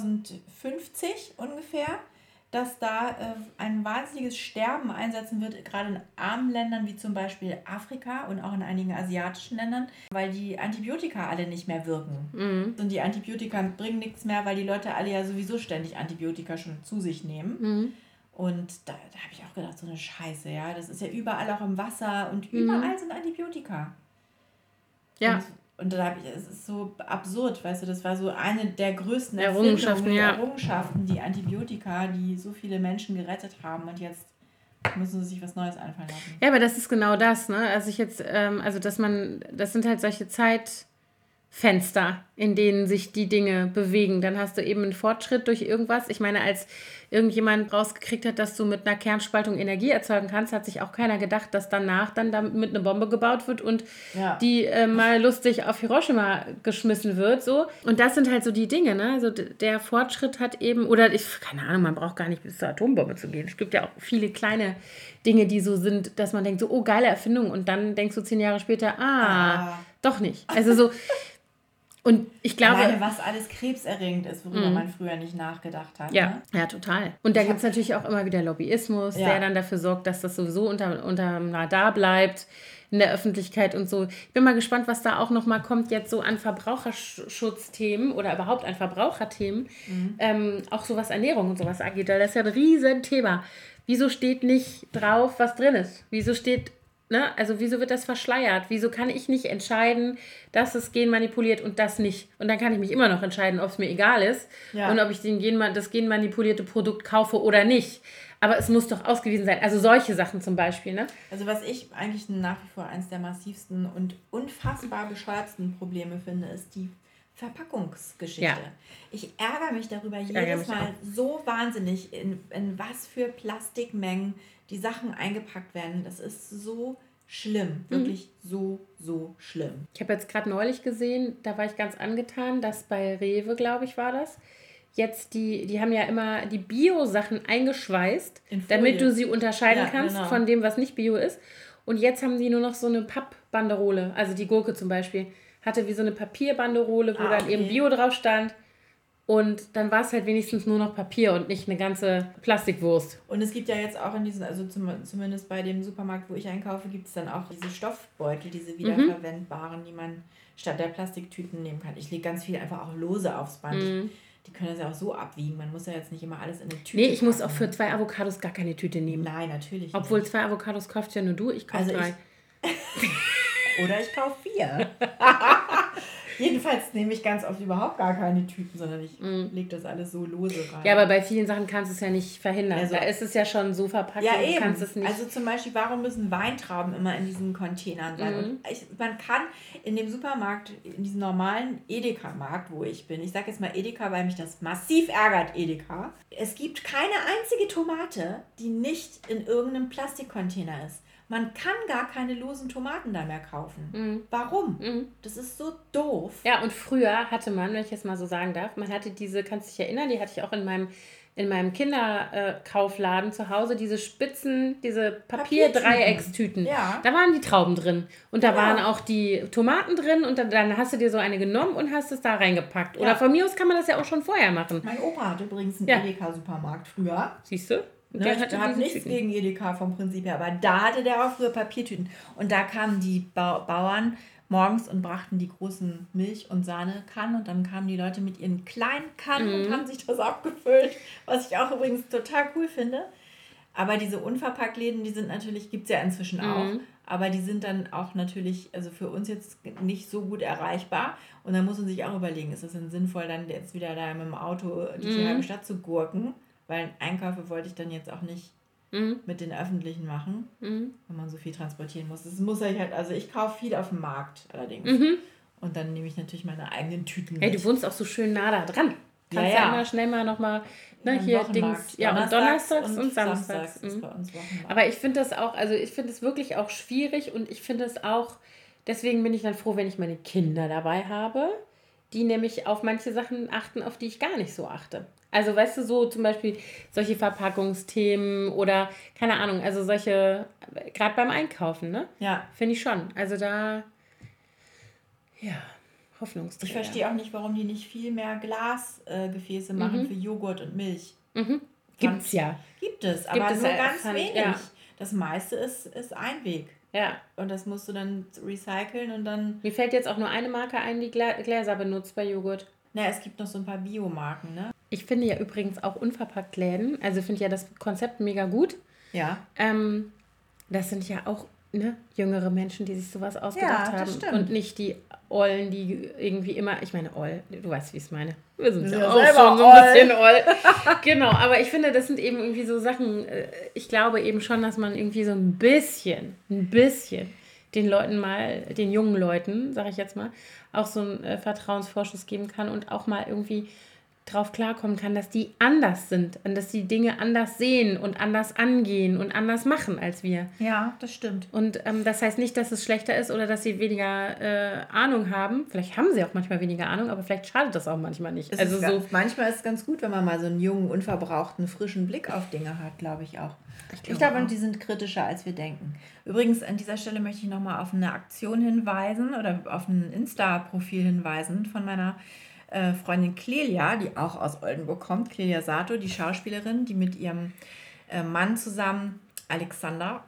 2050 ungefähr, dass da ein wahnsinniges Sterben einsetzen wird, gerade in armen Ländern wie zum Beispiel Afrika und auch in einigen asiatischen Ländern, weil die Antibiotika alle nicht mehr wirken. Und die Antibiotika bringen nichts mehr, weil die Leute alle ja sowieso ständig Antibiotika schon zu sich nehmen. Und da habe ich auch gedacht, so eine Scheiße, ja, das ist ja überall auch im Wasser und überall sind Antibiotika. Ja. Und da es ist so absurd, weißt du, das war so eine der größten Errungenschaften, die Antibiotika, die so viele Menschen gerettet haben, und jetzt müssen sie sich was Neues einfallen lassen. Ja, aber das ist genau das, ne? Das sind halt solche Zeitfenster, in denen sich die Dinge bewegen. Dann hast du eben einen Fortschritt durch irgendwas. Ich meine, als irgendjemand rausgekriegt hat, dass du mit einer Kernspaltung Energie erzeugen kannst, hat sich auch keiner gedacht, dass danach dann damit eine Bombe gebaut wird und die mal lustig auf Hiroshima geschmissen wird. So. Und das sind halt so die Dinge, ne? Also der Fortschritt hat eben, keine Ahnung, man braucht gar nicht bis zur Atombombe zu gehen. Es gibt ja auch viele kleine Dinge, die so sind, dass man denkt, so, oh, geile Erfindung. Und dann denkst du 10 Jahre später, doch nicht. Also so... Und ich glaube... Alleine, was alles krebserregend ist, worüber man früher nicht nachgedacht hat. Ja, ne? Ja, total. Und da gibt es natürlich auch immer wieder Lobbyismus, der dann dafür sorgt, dass das sowieso unterm Radar bleibt in der Öffentlichkeit und so. Ich bin mal gespannt, was da auch nochmal kommt jetzt so an Verbraucherschutzthemen oder überhaupt an Verbraucherthemen, auch so was Ernährung und sowas angeht. Das ist ja ein Riesenthema. Wieso steht nicht drauf, was drin ist? Wieso steht... Ne? Also wieso wird das verschleiert? Wieso kann ich nicht entscheiden, dass es genmanipuliert und das nicht? Und dann kann ich mich immer noch entscheiden, ob es mir egal ist und ob ich das genmanipulierte Produkt kaufe oder nicht. Aber es muss doch ausgewiesen sein. Also solche Sachen zum Beispiel. Ne? Also was ich eigentlich nach wie vor eines der massivsten und unfassbar bescheuertsten Probleme finde, ist die Verpackungsgeschichte. Ja. Ich ärgere mich darüber jedes Mal so wahnsinnig, in was für Plastikmengen die Sachen eingepackt werden. Das ist so schlimm. Wirklich so schlimm. Ich habe jetzt gerade neulich gesehen, da war ich ganz angetan, dass bei Rewe, glaube ich, war das, jetzt die haben ja immer die Bio-Sachen eingeschweißt, damit du sie unterscheiden kannst von dem, was nicht Bio ist. Und jetzt haben sie nur noch so eine Pappbanderole, also die Gurke zum Beispiel, hatte wie so eine Papierbanderole, wo dann eben Bio drauf stand. Und dann war es halt wenigstens nur noch Papier und nicht eine ganze Plastikwurst. Und es gibt ja jetzt auch in diesen, also zumindest bei dem Supermarkt, wo ich einkaufe, gibt es dann auch diese Stoffbeutel, diese wiederverwendbaren, die man statt der Plastiktüten nehmen kann. Ich lege ganz viel einfach auch lose aufs Band. Die können das ja auch so abwiegen. Man muss ja jetzt nicht immer alles in eine Tüte ich muss auch für 2 Avocados gar keine Tüte nehmen. Nein, natürlich nicht. Obwohl 2 Avocados kauft ja nur du, ich kaufe 3. Oder ich kaufe 4. Jedenfalls nehme ich ganz oft überhaupt gar keine Tüten, sondern ich lege das alles so lose rein. Ja, aber bei vielen Sachen kannst du es ja nicht verhindern. Also, da ist es ja schon so verpackt, ja, du kannst es nicht. Also zum Beispiel, warum müssen Weintrauben immer in diesen Containern sein? Und man kann in dem Supermarkt, in diesem normalen Edeka-Markt, wo ich bin, ich sage jetzt mal Edeka, weil mich das massiv ärgert, Edeka, es gibt keine einzige Tomate, die nicht in irgendeinem Plastikcontainer ist. man kann gar keine losen Tomaten da mehr kaufen. Warum? Das ist so doof. Ja, und früher hatte man, wenn ich jetzt mal so sagen darf, man hatte diese, kannst du dich erinnern, die hatte ich auch in meinem Kinderkaufladen zu Hause, diese spitzen, diese Papierdreieckstüten. Ja. Da waren die Trauben drin. Und da waren auch die Tomaten drin und dann hast du dir so eine genommen und hast es da reingepackt. Oder von mir aus kann man das ja auch schon vorher machen. Mein Opa hatte übrigens einen Edeka-Supermarkt früher. Siehst du? Ne, ich habe nichts gegen Edeka vom Prinzip her, aber da hatte der auch früher Papiertüten. Und da kamen die Bauern morgens und brachten die großen Milch- und Sahnekannen und dann kamen die Leute mit ihren kleinen Kannen und haben sich das abgefüllt, was ich auch übrigens total cool finde. Aber diese Unverpacktläden, die sind natürlich, gibt es ja inzwischen auch, aber die sind dann auch natürlich, also für uns jetzt nicht so gut erreichbar. Und dann muss man sich auch überlegen, ist es denn sinnvoll, dann jetzt wieder da mit dem Auto durch die halbe Stadt zu gurken? Weil Einkäufe wollte ich dann jetzt auch nicht mit den Öffentlichen machen, wenn man so viel transportieren muss. Das muss ich halt, also ich kaufe viel auf dem Markt allerdings. Und dann nehme ich natürlich meine eigenen Tüten mit. Hey, du wohnst auch so schön nah da dran. Kannst ja immer schnell mal nochmal, ne, hier Dings. Ja, und Donnerstags und Samstags. Ist bei uns Wochenmarkt. Aber ich finde das auch, also ich finde es wirklich auch schwierig und ich finde es auch, deswegen bin ich dann froh, wenn ich meine Kinder dabei habe, die nämlich auf manche Sachen achten, auf die ich gar nicht so achte. Also weißt du, so zum Beispiel solche Verpackungsthemen oder, keine Ahnung, also solche, gerade beim Einkaufen, ne? Ja. Finde ich schon. Also da, ja, Hoffnungsträger. Ich verstehe auch nicht, warum die nicht viel mehr Glasgefäße machen für Joghurt und Milch. Gibt's ja. Gibt es, aber nur ganz wenig. Ja. Das meiste ist Einweg. Ja. Und das musst du dann recyceln und dann... Mir fällt jetzt auch nur eine Marke ein, die Gläser benutzt bei Joghurt. Na, es gibt noch so ein paar Biomarken, ne? Ich finde ja übrigens auch unverpackt Läden, also finde ja das Konzept mega gut. Ja. Das sind ja auch jüngere Menschen, die sich sowas ausgedacht haben. Stimmt. Und nicht die Ollen, die irgendwie immer, ich meine Oll, du weißt, wie ich es meine. Wir sind ja auch schon so ein bisschen Oll. Genau, aber ich finde, das sind eben irgendwie so Sachen, ich glaube eben schon, dass man irgendwie so ein bisschen den Leuten mal, den jungen Leuten, sage ich jetzt mal, auch so einen Vertrauensvorschuss geben kann und auch mal irgendwie drauf klarkommen kann, dass die anders sind und dass die Dinge anders sehen und anders angehen und anders machen als wir. Ja, das stimmt. Und das heißt nicht, dass es schlechter ist oder dass sie weniger Ahnung haben. Vielleicht haben sie auch manchmal weniger Ahnung, aber vielleicht schadet das auch manchmal nicht. Manchmal ist es ganz gut, wenn man mal so einen jungen, unverbrauchten, frischen Blick auf Dinge hat, glaube ich auch. Ich glaube, die sind kritischer, als wir denken. Übrigens, an dieser Stelle möchte ich nochmal auf eine Aktion hinweisen oder auf ein Insta-Profil hinweisen von meiner Freundin Clelia, die auch aus Oldenburg kommt, Clelia Sato, die Schauspielerin, die mit ihrem Mann zusammen, Alexander,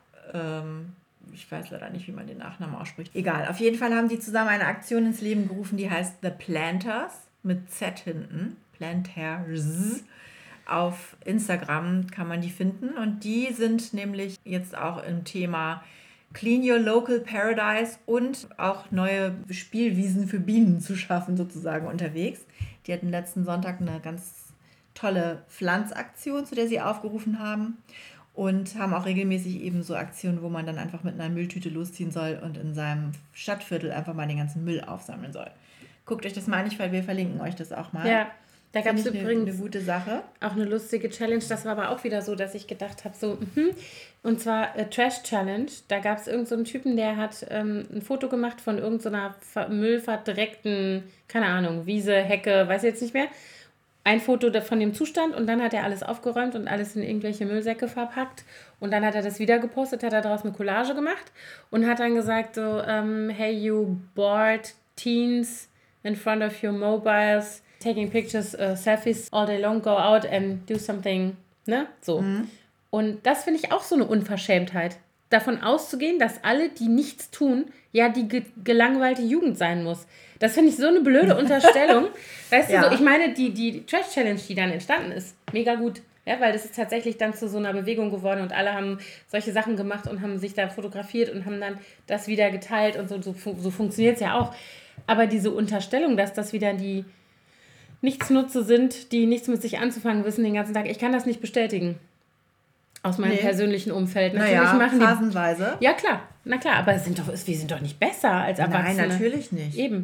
ich weiß leider nicht, wie man den Nachnamen ausspricht, egal, auf jeden Fall haben die zusammen eine Aktion ins Leben gerufen, die heißt The Planters, mit Z hinten, Planters. Auf Instagram kann man die finden und die sind nämlich jetzt auch im Thema Clean Your Local Paradise und auch neue Spielwiesen für Bienen zu schaffen, sozusagen unterwegs. Die hatten letzten Sonntag eine ganz tolle Pflanzaktion, zu der sie aufgerufen haben und haben auch regelmäßig eben so Aktionen, wo man dann einfach mit einer Mülltüte losziehen soll und in seinem Stadtviertel einfach mal den ganzen Müll aufsammeln soll. Guckt euch das mal an, weil wir verlinken euch das auch mal. Ja. Da gab es übrigens eine gute Sache. Auch eine lustige Challenge. Das war aber auch wieder so, dass ich gedacht habe, und zwar Trash Challenge. Da gab es irgendeinen so Typen, der hat ein Foto gemacht von irgendeiner müllverdreckten, keine Ahnung, Wiese, Hecke, weiß jetzt nicht mehr. Ein Foto von dem Zustand und dann hat er alles aufgeräumt und alles in irgendwelche Müllsäcke verpackt. Und dann hat er das wieder gepostet, hat er daraus eine Collage gemacht und hat dann gesagt so, hey you bored teens in front of your mobiles, taking pictures, selfies all day long, go out and do something, ne? So. Und das finde ich auch so eine Unverschämtheit. Davon auszugehen, dass alle, die nichts tun, ja die gelangweilte Jugend sein muss. Das finde ich so eine blöde Unterstellung. Weißt du, so, ich meine, die Trash-Challenge, die dann entstanden ist, mega gut. Ja, weil das ist tatsächlich dann zu so einer Bewegung geworden und alle haben solche Sachen gemacht und haben sich da fotografiert und haben dann das wieder geteilt und so funktioniert es ja auch. Aber diese Unterstellung, dass das wieder die Nichtsnutze sind, die nichts mit sich anzufangen wissen den ganzen Tag. Ich kann das nicht bestätigen. Aus meinem persönlichen Umfeld. Natürlich machen phasenweise. Ja, klar. Na klar, aber wir sind doch nicht besser als Erwachsene. Nein, natürlich nicht. Eben.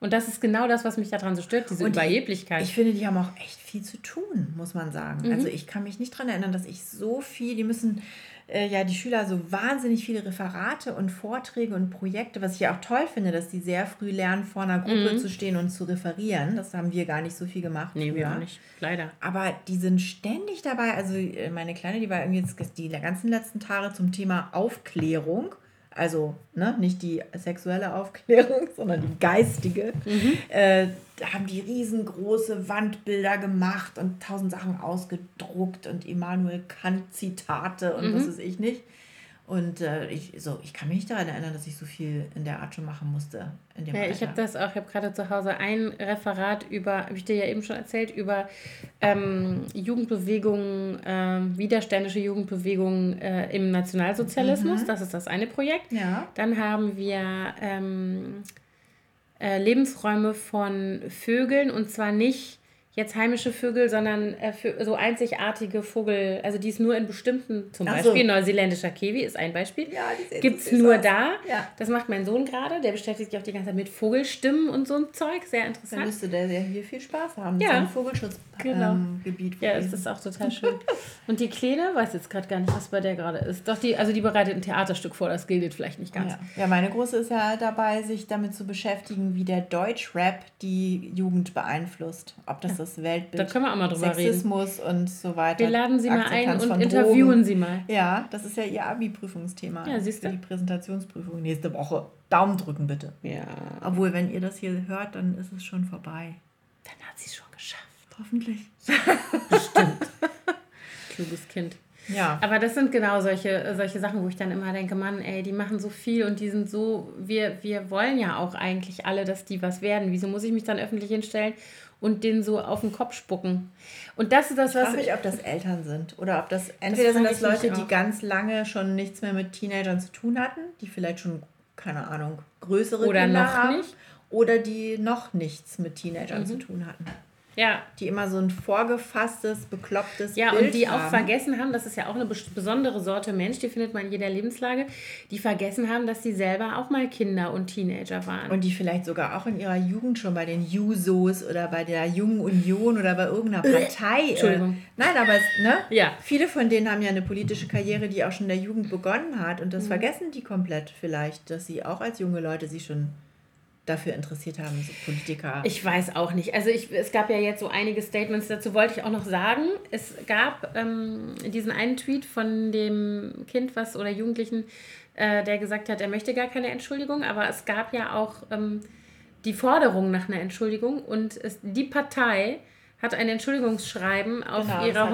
Und das ist genau das, was mich daran so stört, diese Überheblichkeit. Ich finde, die haben auch echt viel zu tun, muss man sagen. Also ich kann mich nicht daran erinnern, dass ich so viel, die müssen die Schüler so wahnsinnig viele Referate und Vorträge und Projekte, was ich ja auch toll finde, dass die sehr früh lernen, vor einer Gruppe zu stehen und zu referieren. Das haben wir gar nicht so viel gemacht. Nee, wir auch nicht, leider. Aber die sind ständig dabei. Also meine Kleine, die war irgendwie jetzt die ganzen letzten Tage zum Thema Aufklärung. Also nicht die sexuelle Aufklärung, sondern die geistige. Da haben die riesengroße Wandbilder gemacht und 1000 Sachen ausgedruckt und Immanuel Kant Zitate und was weiß ich nicht. Und ich kann mich nicht daran erinnern, dass ich so viel in der Art schon machen musste. In dem Alter. Ich habe das auch, ich habe gerade zu Hause ein Referat über, habe ich dir ja eben schon erzählt, über Jugendbewegungen, widerständische Jugendbewegungen im Nationalsozialismus. Das ist das eine Projekt. Ja. Dann haben wir Lebensräume von Vögeln, und zwar nicht jetzt heimische Vögel, sondern so einzigartige Vogel, also die es nur in bestimmten, zum Beispiel neuseeländischer Kiwi ist ein Beispiel, gibt es nur da. Ja. Das macht mein Sohn gerade, der beschäftigt sich auch die ganze Zeit mit Vogelstimmen und so ein Zeug, sehr interessant. Dann müsste der hier viel Spaß haben, ja. So ein Vogelschutzgebiet. Ja, es ist auch total schön. Und die Kleine, weiß jetzt gerade gar nicht, was bei der gerade ist. Doch, die bereitet ein Theaterstück vor, das gilt vielleicht nicht ganz. Ja, meine Große ist ja dabei, sich damit zu beschäftigen, wie der Deutschrap die Jugend beeinflusst. Ob das Weltbild, da können wir auch mal drüber Sexismus reden. Und so weiter. Wir laden sie mal ein und interviewen sie mal. Ja, das ist ja ihr Abi-Prüfungsthema. Ja, siehst du? Für die Präsentationsprüfung nächste Woche. Daumen drücken, bitte. Ja. Obwohl, wenn ihr das hier hört, dann ist es schon vorbei. Dann hat sie es schon geschafft. Hoffentlich. Bestimmt. Kluges Kind. Ja. Aber das sind genau solche Sachen, wo ich dann immer denke, Mann, ey, die machen so viel und die sind so, wir wollen ja auch eigentlich alle, dass die was werden. Wieso muss ich mich dann öffentlich hinstellen und denen so auf den Kopf spucken? Und das ist das, was... Ich frage mich, ob das Eltern sind oder ob das... Entweder sind das Leute, die ganz lange schon nichts mehr mit Teenagern zu tun hatten, die vielleicht schon, keine Ahnung, größere oder Kinder noch haben. Nicht. Oder die noch nichts mit Teenagern zu tun hatten. Ja. Die immer so ein vorgefasstes, beklopptes Bild und die haben. auch vergessen haben, das ist ja auch eine besondere Sorte Mensch, die findet man in jeder Lebenslage, die vergessen haben, dass sie selber auch mal Kinder und Teenager waren. Und die vielleicht sogar auch in ihrer Jugend schon bei den Jusos oder bei der Jungen Union oder bei irgendeiner Partei. Entschuldigung. Nein, aber Ja. Viele von denen haben ja eine politische Karriere, die auch schon in der Jugend begonnen hat. Und das vergessen die komplett vielleicht, dass sie auch als junge Leute sich schon dafür interessiert haben, so Politiker. Ich weiß auch nicht. Also es gab ja jetzt so einige Statements, dazu wollte ich auch noch sagen. Es gab diesen einen Tweet von dem Kind oder Jugendlichen, der gesagt hat, er möchte gar keine Entschuldigung, aber es gab ja auch die Forderung nach einer Entschuldigung, und die Partei hat ein Entschuldigungsschreiben auf ihrer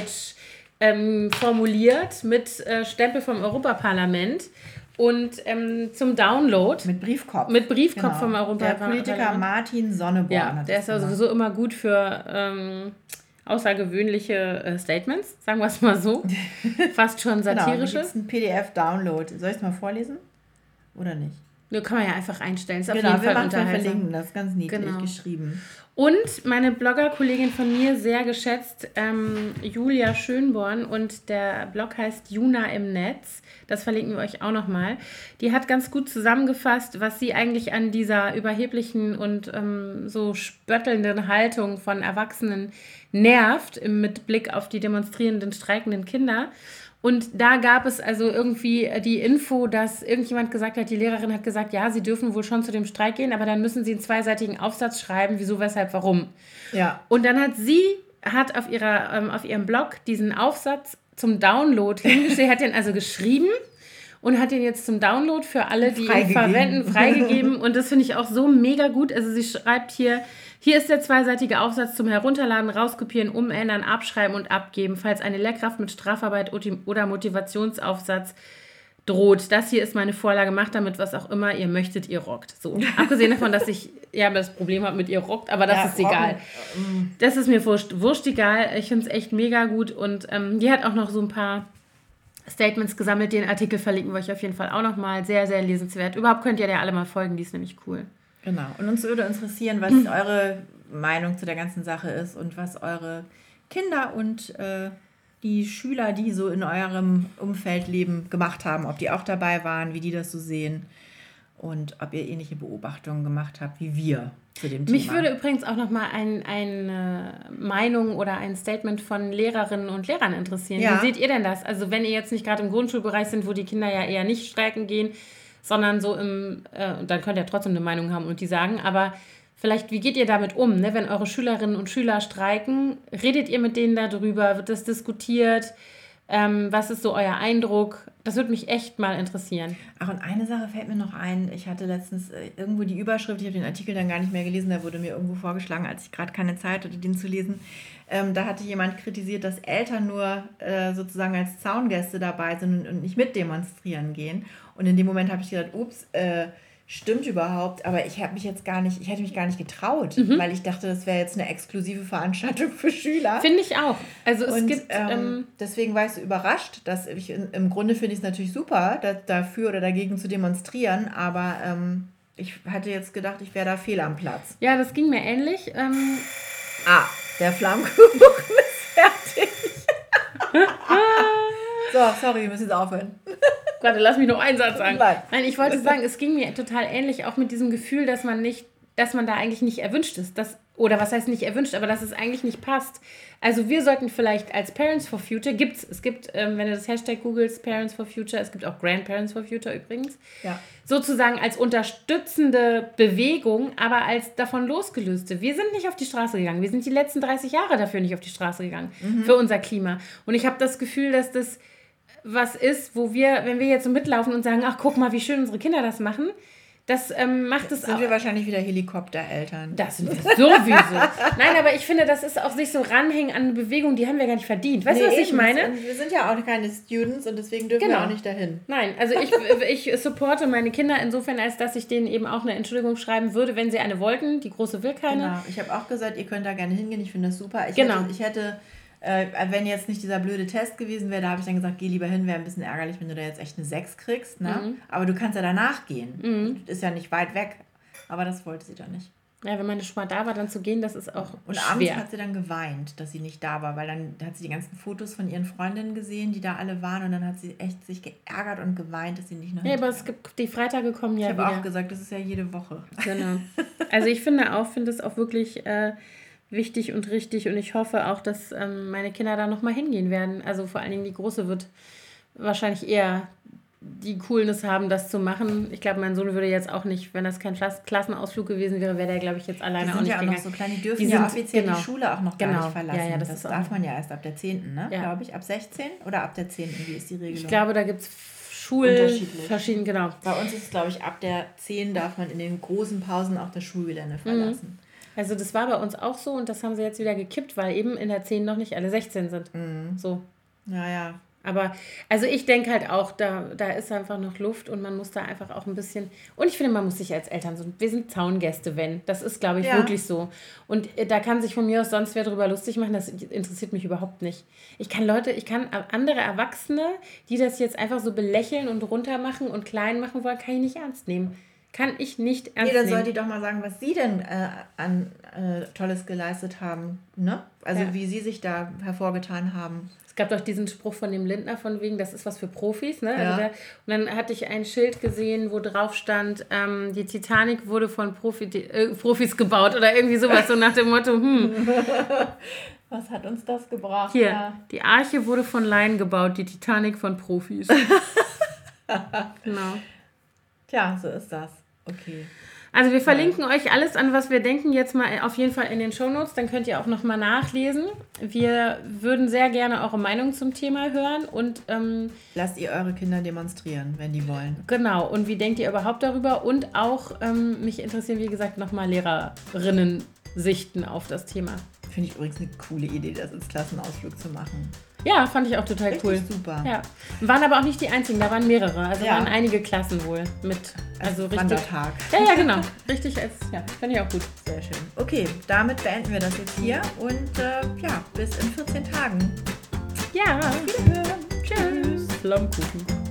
Homepage formuliert mit Stempel vom Europaparlament. Und zum Download. Mit Briefkopf. Vom Europaparlament. Der Politiker Martin Sonneborn. Ja, der ist ja sowieso immer gut für außergewöhnliche Statements, sagen wir es mal so. Fast schon satirische. Genau, ein PDF-Download. Soll ich es mal vorlesen? Oder nicht? Ja, kann man ja einfach einstellen. Ist auf jeden Fall wir verlinken das, ganz niedlich geschrieben. Und meine Bloggerkollegin von mir, sehr geschätzt, Julia Schönborn, und der Blog heißt Juna im Netz, das verlinken wir euch auch nochmal, die hat ganz gut zusammengefasst, was sie eigentlich an dieser überheblichen und so spöttelnden Haltung von Erwachsenen nervt, mit Blick auf die demonstrierenden, streikenden Kinder. Und da gab es also irgendwie die Info, dass irgendjemand gesagt hat, die Lehrerin hat gesagt, ja, sie dürfen wohl schon zu dem Streik gehen, aber dann müssen sie einen zweiseitigen Aufsatz schreiben, wieso, weshalb, warum. Ja. Und dann hat sie auf ihrem Blog diesen Aufsatz zum Download hingestellt, hat den also geschrieben und hat den jetzt zum Download für alle, die ihn verwenden, freigegeben. Und das finde ich auch so mega gut. Also sie schreibt hier ist der zweiseitige Aufsatz zum Herunterladen, rauskopieren, umändern, abschreiben und abgeben, falls eine Lehrkraft mit Strafarbeit oder Motivationsaufsatz droht. Das hier ist meine Vorlage, macht damit was auch immer ihr möchtet, ihr rockt. So, abgesehen davon, dass ich das Problem habe mit ihr rockt, aber das ist egal. Das ist mir wurscht egal. Ich finde es echt mega gut. Und die hat auch noch so ein paar Statements gesammelt. Den Artikel verlinken wir euch auf jeden Fall auch nochmal. Sehr, sehr lesenswert. Überhaupt könnt ihr der alle mal folgen, die ist nämlich cool. Genau. Und uns würde interessieren, was eure Meinung zu der ganzen Sache ist und was eure Kinder und die Schüler, die so in eurem Umfeld leben, gemacht haben. Ob die auch dabei waren, wie die das so sehen und ob ihr ähnliche Beobachtungen gemacht habt wie wir. zu dem Thema. Mich würde übrigens auch nochmal eine Meinung oder ein Statement von Lehrerinnen und Lehrern interessieren. Ja. Wie seht ihr denn das? Also wenn ihr jetzt nicht gerade im Grundschulbereich sind, wo die Kinder ja eher nicht streiken gehen, sondern so dann könnt ihr trotzdem eine Meinung haben und die sagen, aber vielleicht, wie geht ihr damit um, ne? Wenn eure Schülerinnen und Schüler streiken? Redet ihr mit denen darüber? Wird das diskutiert? Was ist so euer Eindruck? Das würde mich echt mal interessieren. Ach, und eine Sache fällt mir noch ein. Ich hatte letztens irgendwo die Überschrift, ich habe den Artikel dann gar nicht mehr gelesen, der wurde mir irgendwo vorgeschlagen, als ich gerade keine Zeit hatte, den zu lesen. Da hatte jemand kritisiert, dass Eltern nur sozusagen als Zaungäste dabei sind und nicht mit demonstrieren gehen. Und in dem Moment habe ich gedacht, ups, stimmt überhaupt, aber ich hätte mich gar nicht getraut, weil ich dachte, das wäre jetzt eine exklusive Veranstaltung für Schüler. Finde ich auch. Also es gibt... deswegen war ich so überrascht, dass im Grunde finde ich es natürlich super, dafür oder dagegen zu demonstrieren, aber ich hatte jetzt gedacht, ich wäre da fehl am Platz. Ja, das ging mir ähnlich. Der Flammkuchen ist fertig. So, sorry, wir müssen jetzt aufhören. Warte, lass mich noch einen Satz sagen. Nein, ich wollte sagen, es ging mir total ähnlich, auch mit diesem Gefühl, dass man da eigentlich nicht erwünscht ist. Oder was heißt nicht erwünscht, aber dass es eigentlich nicht passt. Also wir sollten vielleicht als Parents for Future, es gibt, wenn du das Hashtag googelst, Parents for Future, es gibt auch Grandparents for Future übrigens, ja. Sozusagen als unterstützende Bewegung, aber als davon losgelöste. Wir sind nicht auf die Straße gegangen. Wir sind die letzten 30 Jahre dafür nicht auf die Straße gegangen, für unser Klima. Und ich habe das Gefühl, dass das was ist, wo wenn wir jetzt so mitlaufen und sagen, ach, guck mal, wie schön unsere Kinder das machen, das macht es auch. Sind wir wahrscheinlich wieder Helikoptereltern. Das sind wir sowieso. Nein, aber ich finde, das ist auch sich so ranhängen an eine Bewegung, die haben wir gar nicht verdient. Weißt du, was ich meine? Und wir sind ja auch keine Students und deswegen dürfen wir auch nicht dahin. Nein, also ich supporte meine Kinder insofern, als dass ich denen eben auch eine Entschuldigung schreiben würde, wenn sie eine wollten. Die Große will keine. Genau, ich habe auch gesagt, ihr könnt da gerne hingehen. Ich finde das super. Ich hätte wenn jetzt nicht dieser blöde Test gewesen wäre, da habe ich dann gesagt, geh lieber hin, wäre ein bisschen ärgerlich, wenn du da jetzt echt eine 6 kriegst. Ne? Aber du kannst ja danach gehen. Ist ja nicht weit weg. Aber das wollte sie dann nicht. Ja, wenn man schon mal da war, dann zu gehen, das ist auch und schwer. Und abends hat sie dann geweint, dass sie nicht da war, weil dann hat sie die ganzen Fotos von ihren Freundinnen gesehen, die da alle waren und dann hat sie echt sich geärgert und geweint, dass sie nicht noch. Ja, aber es gibt die Freitage kommen ja wieder. Ich habe auch gesagt, das ist ja jede Woche. Genau. Also ich finde es auch wirklich wichtig und richtig und ich hoffe auch, dass meine Kinder da nochmal hingehen werden. Also vor allen Dingen die Große wird wahrscheinlich eher die Coolness haben, das zu machen. Ich glaube, mein Sohn würde jetzt auch nicht, wenn das kein Klassenausflug gewesen wäre, wäre der, glaube ich, jetzt alleine auch nicht gegangen. Die sind ja auch noch so klein, die dürfen ja offiziell die Schule auch noch gar nicht verlassen. Ja, das darf man ja erst ab der 10., ne? Glaube ich. Ab 16 oder ab der 10., wie ist die Regelung? Ich glaube, da gibt es verschieden, genau. Bei uns ist es, glaube ich, ab der 10 darf man in den großen Pausen auch das Schulgelände verlassen. Also das war bei uns auch so und das haben sie jetzt wieder gekippt, weil eben in der 10 noch nicht alle 16 sind. So. Ja. Aber, also ich denke halt auch, da ist einfach noch Luft und man muss da einfach auch ein bisschen, und ich finde, man muss sich als Eltern so, wir sind Zaungäste, das ist, glaube ich, wirklich so. Und da kann sich von mir aus sonst wer drüber lustig machen, das interessiert mich überhaupt nicht. Ich kann andere Erwachsene, die das jetzt einfach so belächeln und runtermachen und klein machen wollen, kann ich nicht ernst nehmen. Kann ich nicht ernst nehmen. Dann soll die doch mal sagen, was sie denn an Tolles geleistet haben, ne? Also wie sie sich da hervorgetan haben. Es gab doch diesen Spruch von dem Lindner von wegen, das ist was für Profis, ne? Ja. Also und dann hatte ich ein Schild gesehen, wo drauf stand, die Titanic wurde von Profis gebaut oder irgendwie sowas, so nach dem Motto, Was hat uns das gebracht? Hier, ja. Die Arche wurde von Laien gebaut, die Titanic von Profis. Genau. Tja, so ist das. Okay. Also wir verlinken euch alles an, was wir denken, jetzt mal auf jeden Fall in den Shownotes. Dann könnt ihr auch nochmal nachlesen. Wir würden sehr gerne eure Meinung zum Thema hören. Und lasst ihr eure Kinder demonstrieren, wenn die wollen. Genau. Und wie denkt ihr überhaupt darüber? Und auch mich interessieren, wie gesagt, nochmal Lehrerinnen-Sichten auf das Thema. Finde ich übrigens eine coole Idee, das als Klassenausflug zu machen. Ja, fand ich auch total richtig cool. Super. Ja. Waren aber auch nicht die einzigen, da waren mehrere. Also waren einige Klassen wohl mit. Also richtig. Wandertag. Ja, genau. Richtig, fand ich auch gut. Sehr schön. Okay, damit beenden wir das jetzt hier und bis in 14 Tagen. Ja. Wiederhören. Tschüss. Flammkuchen.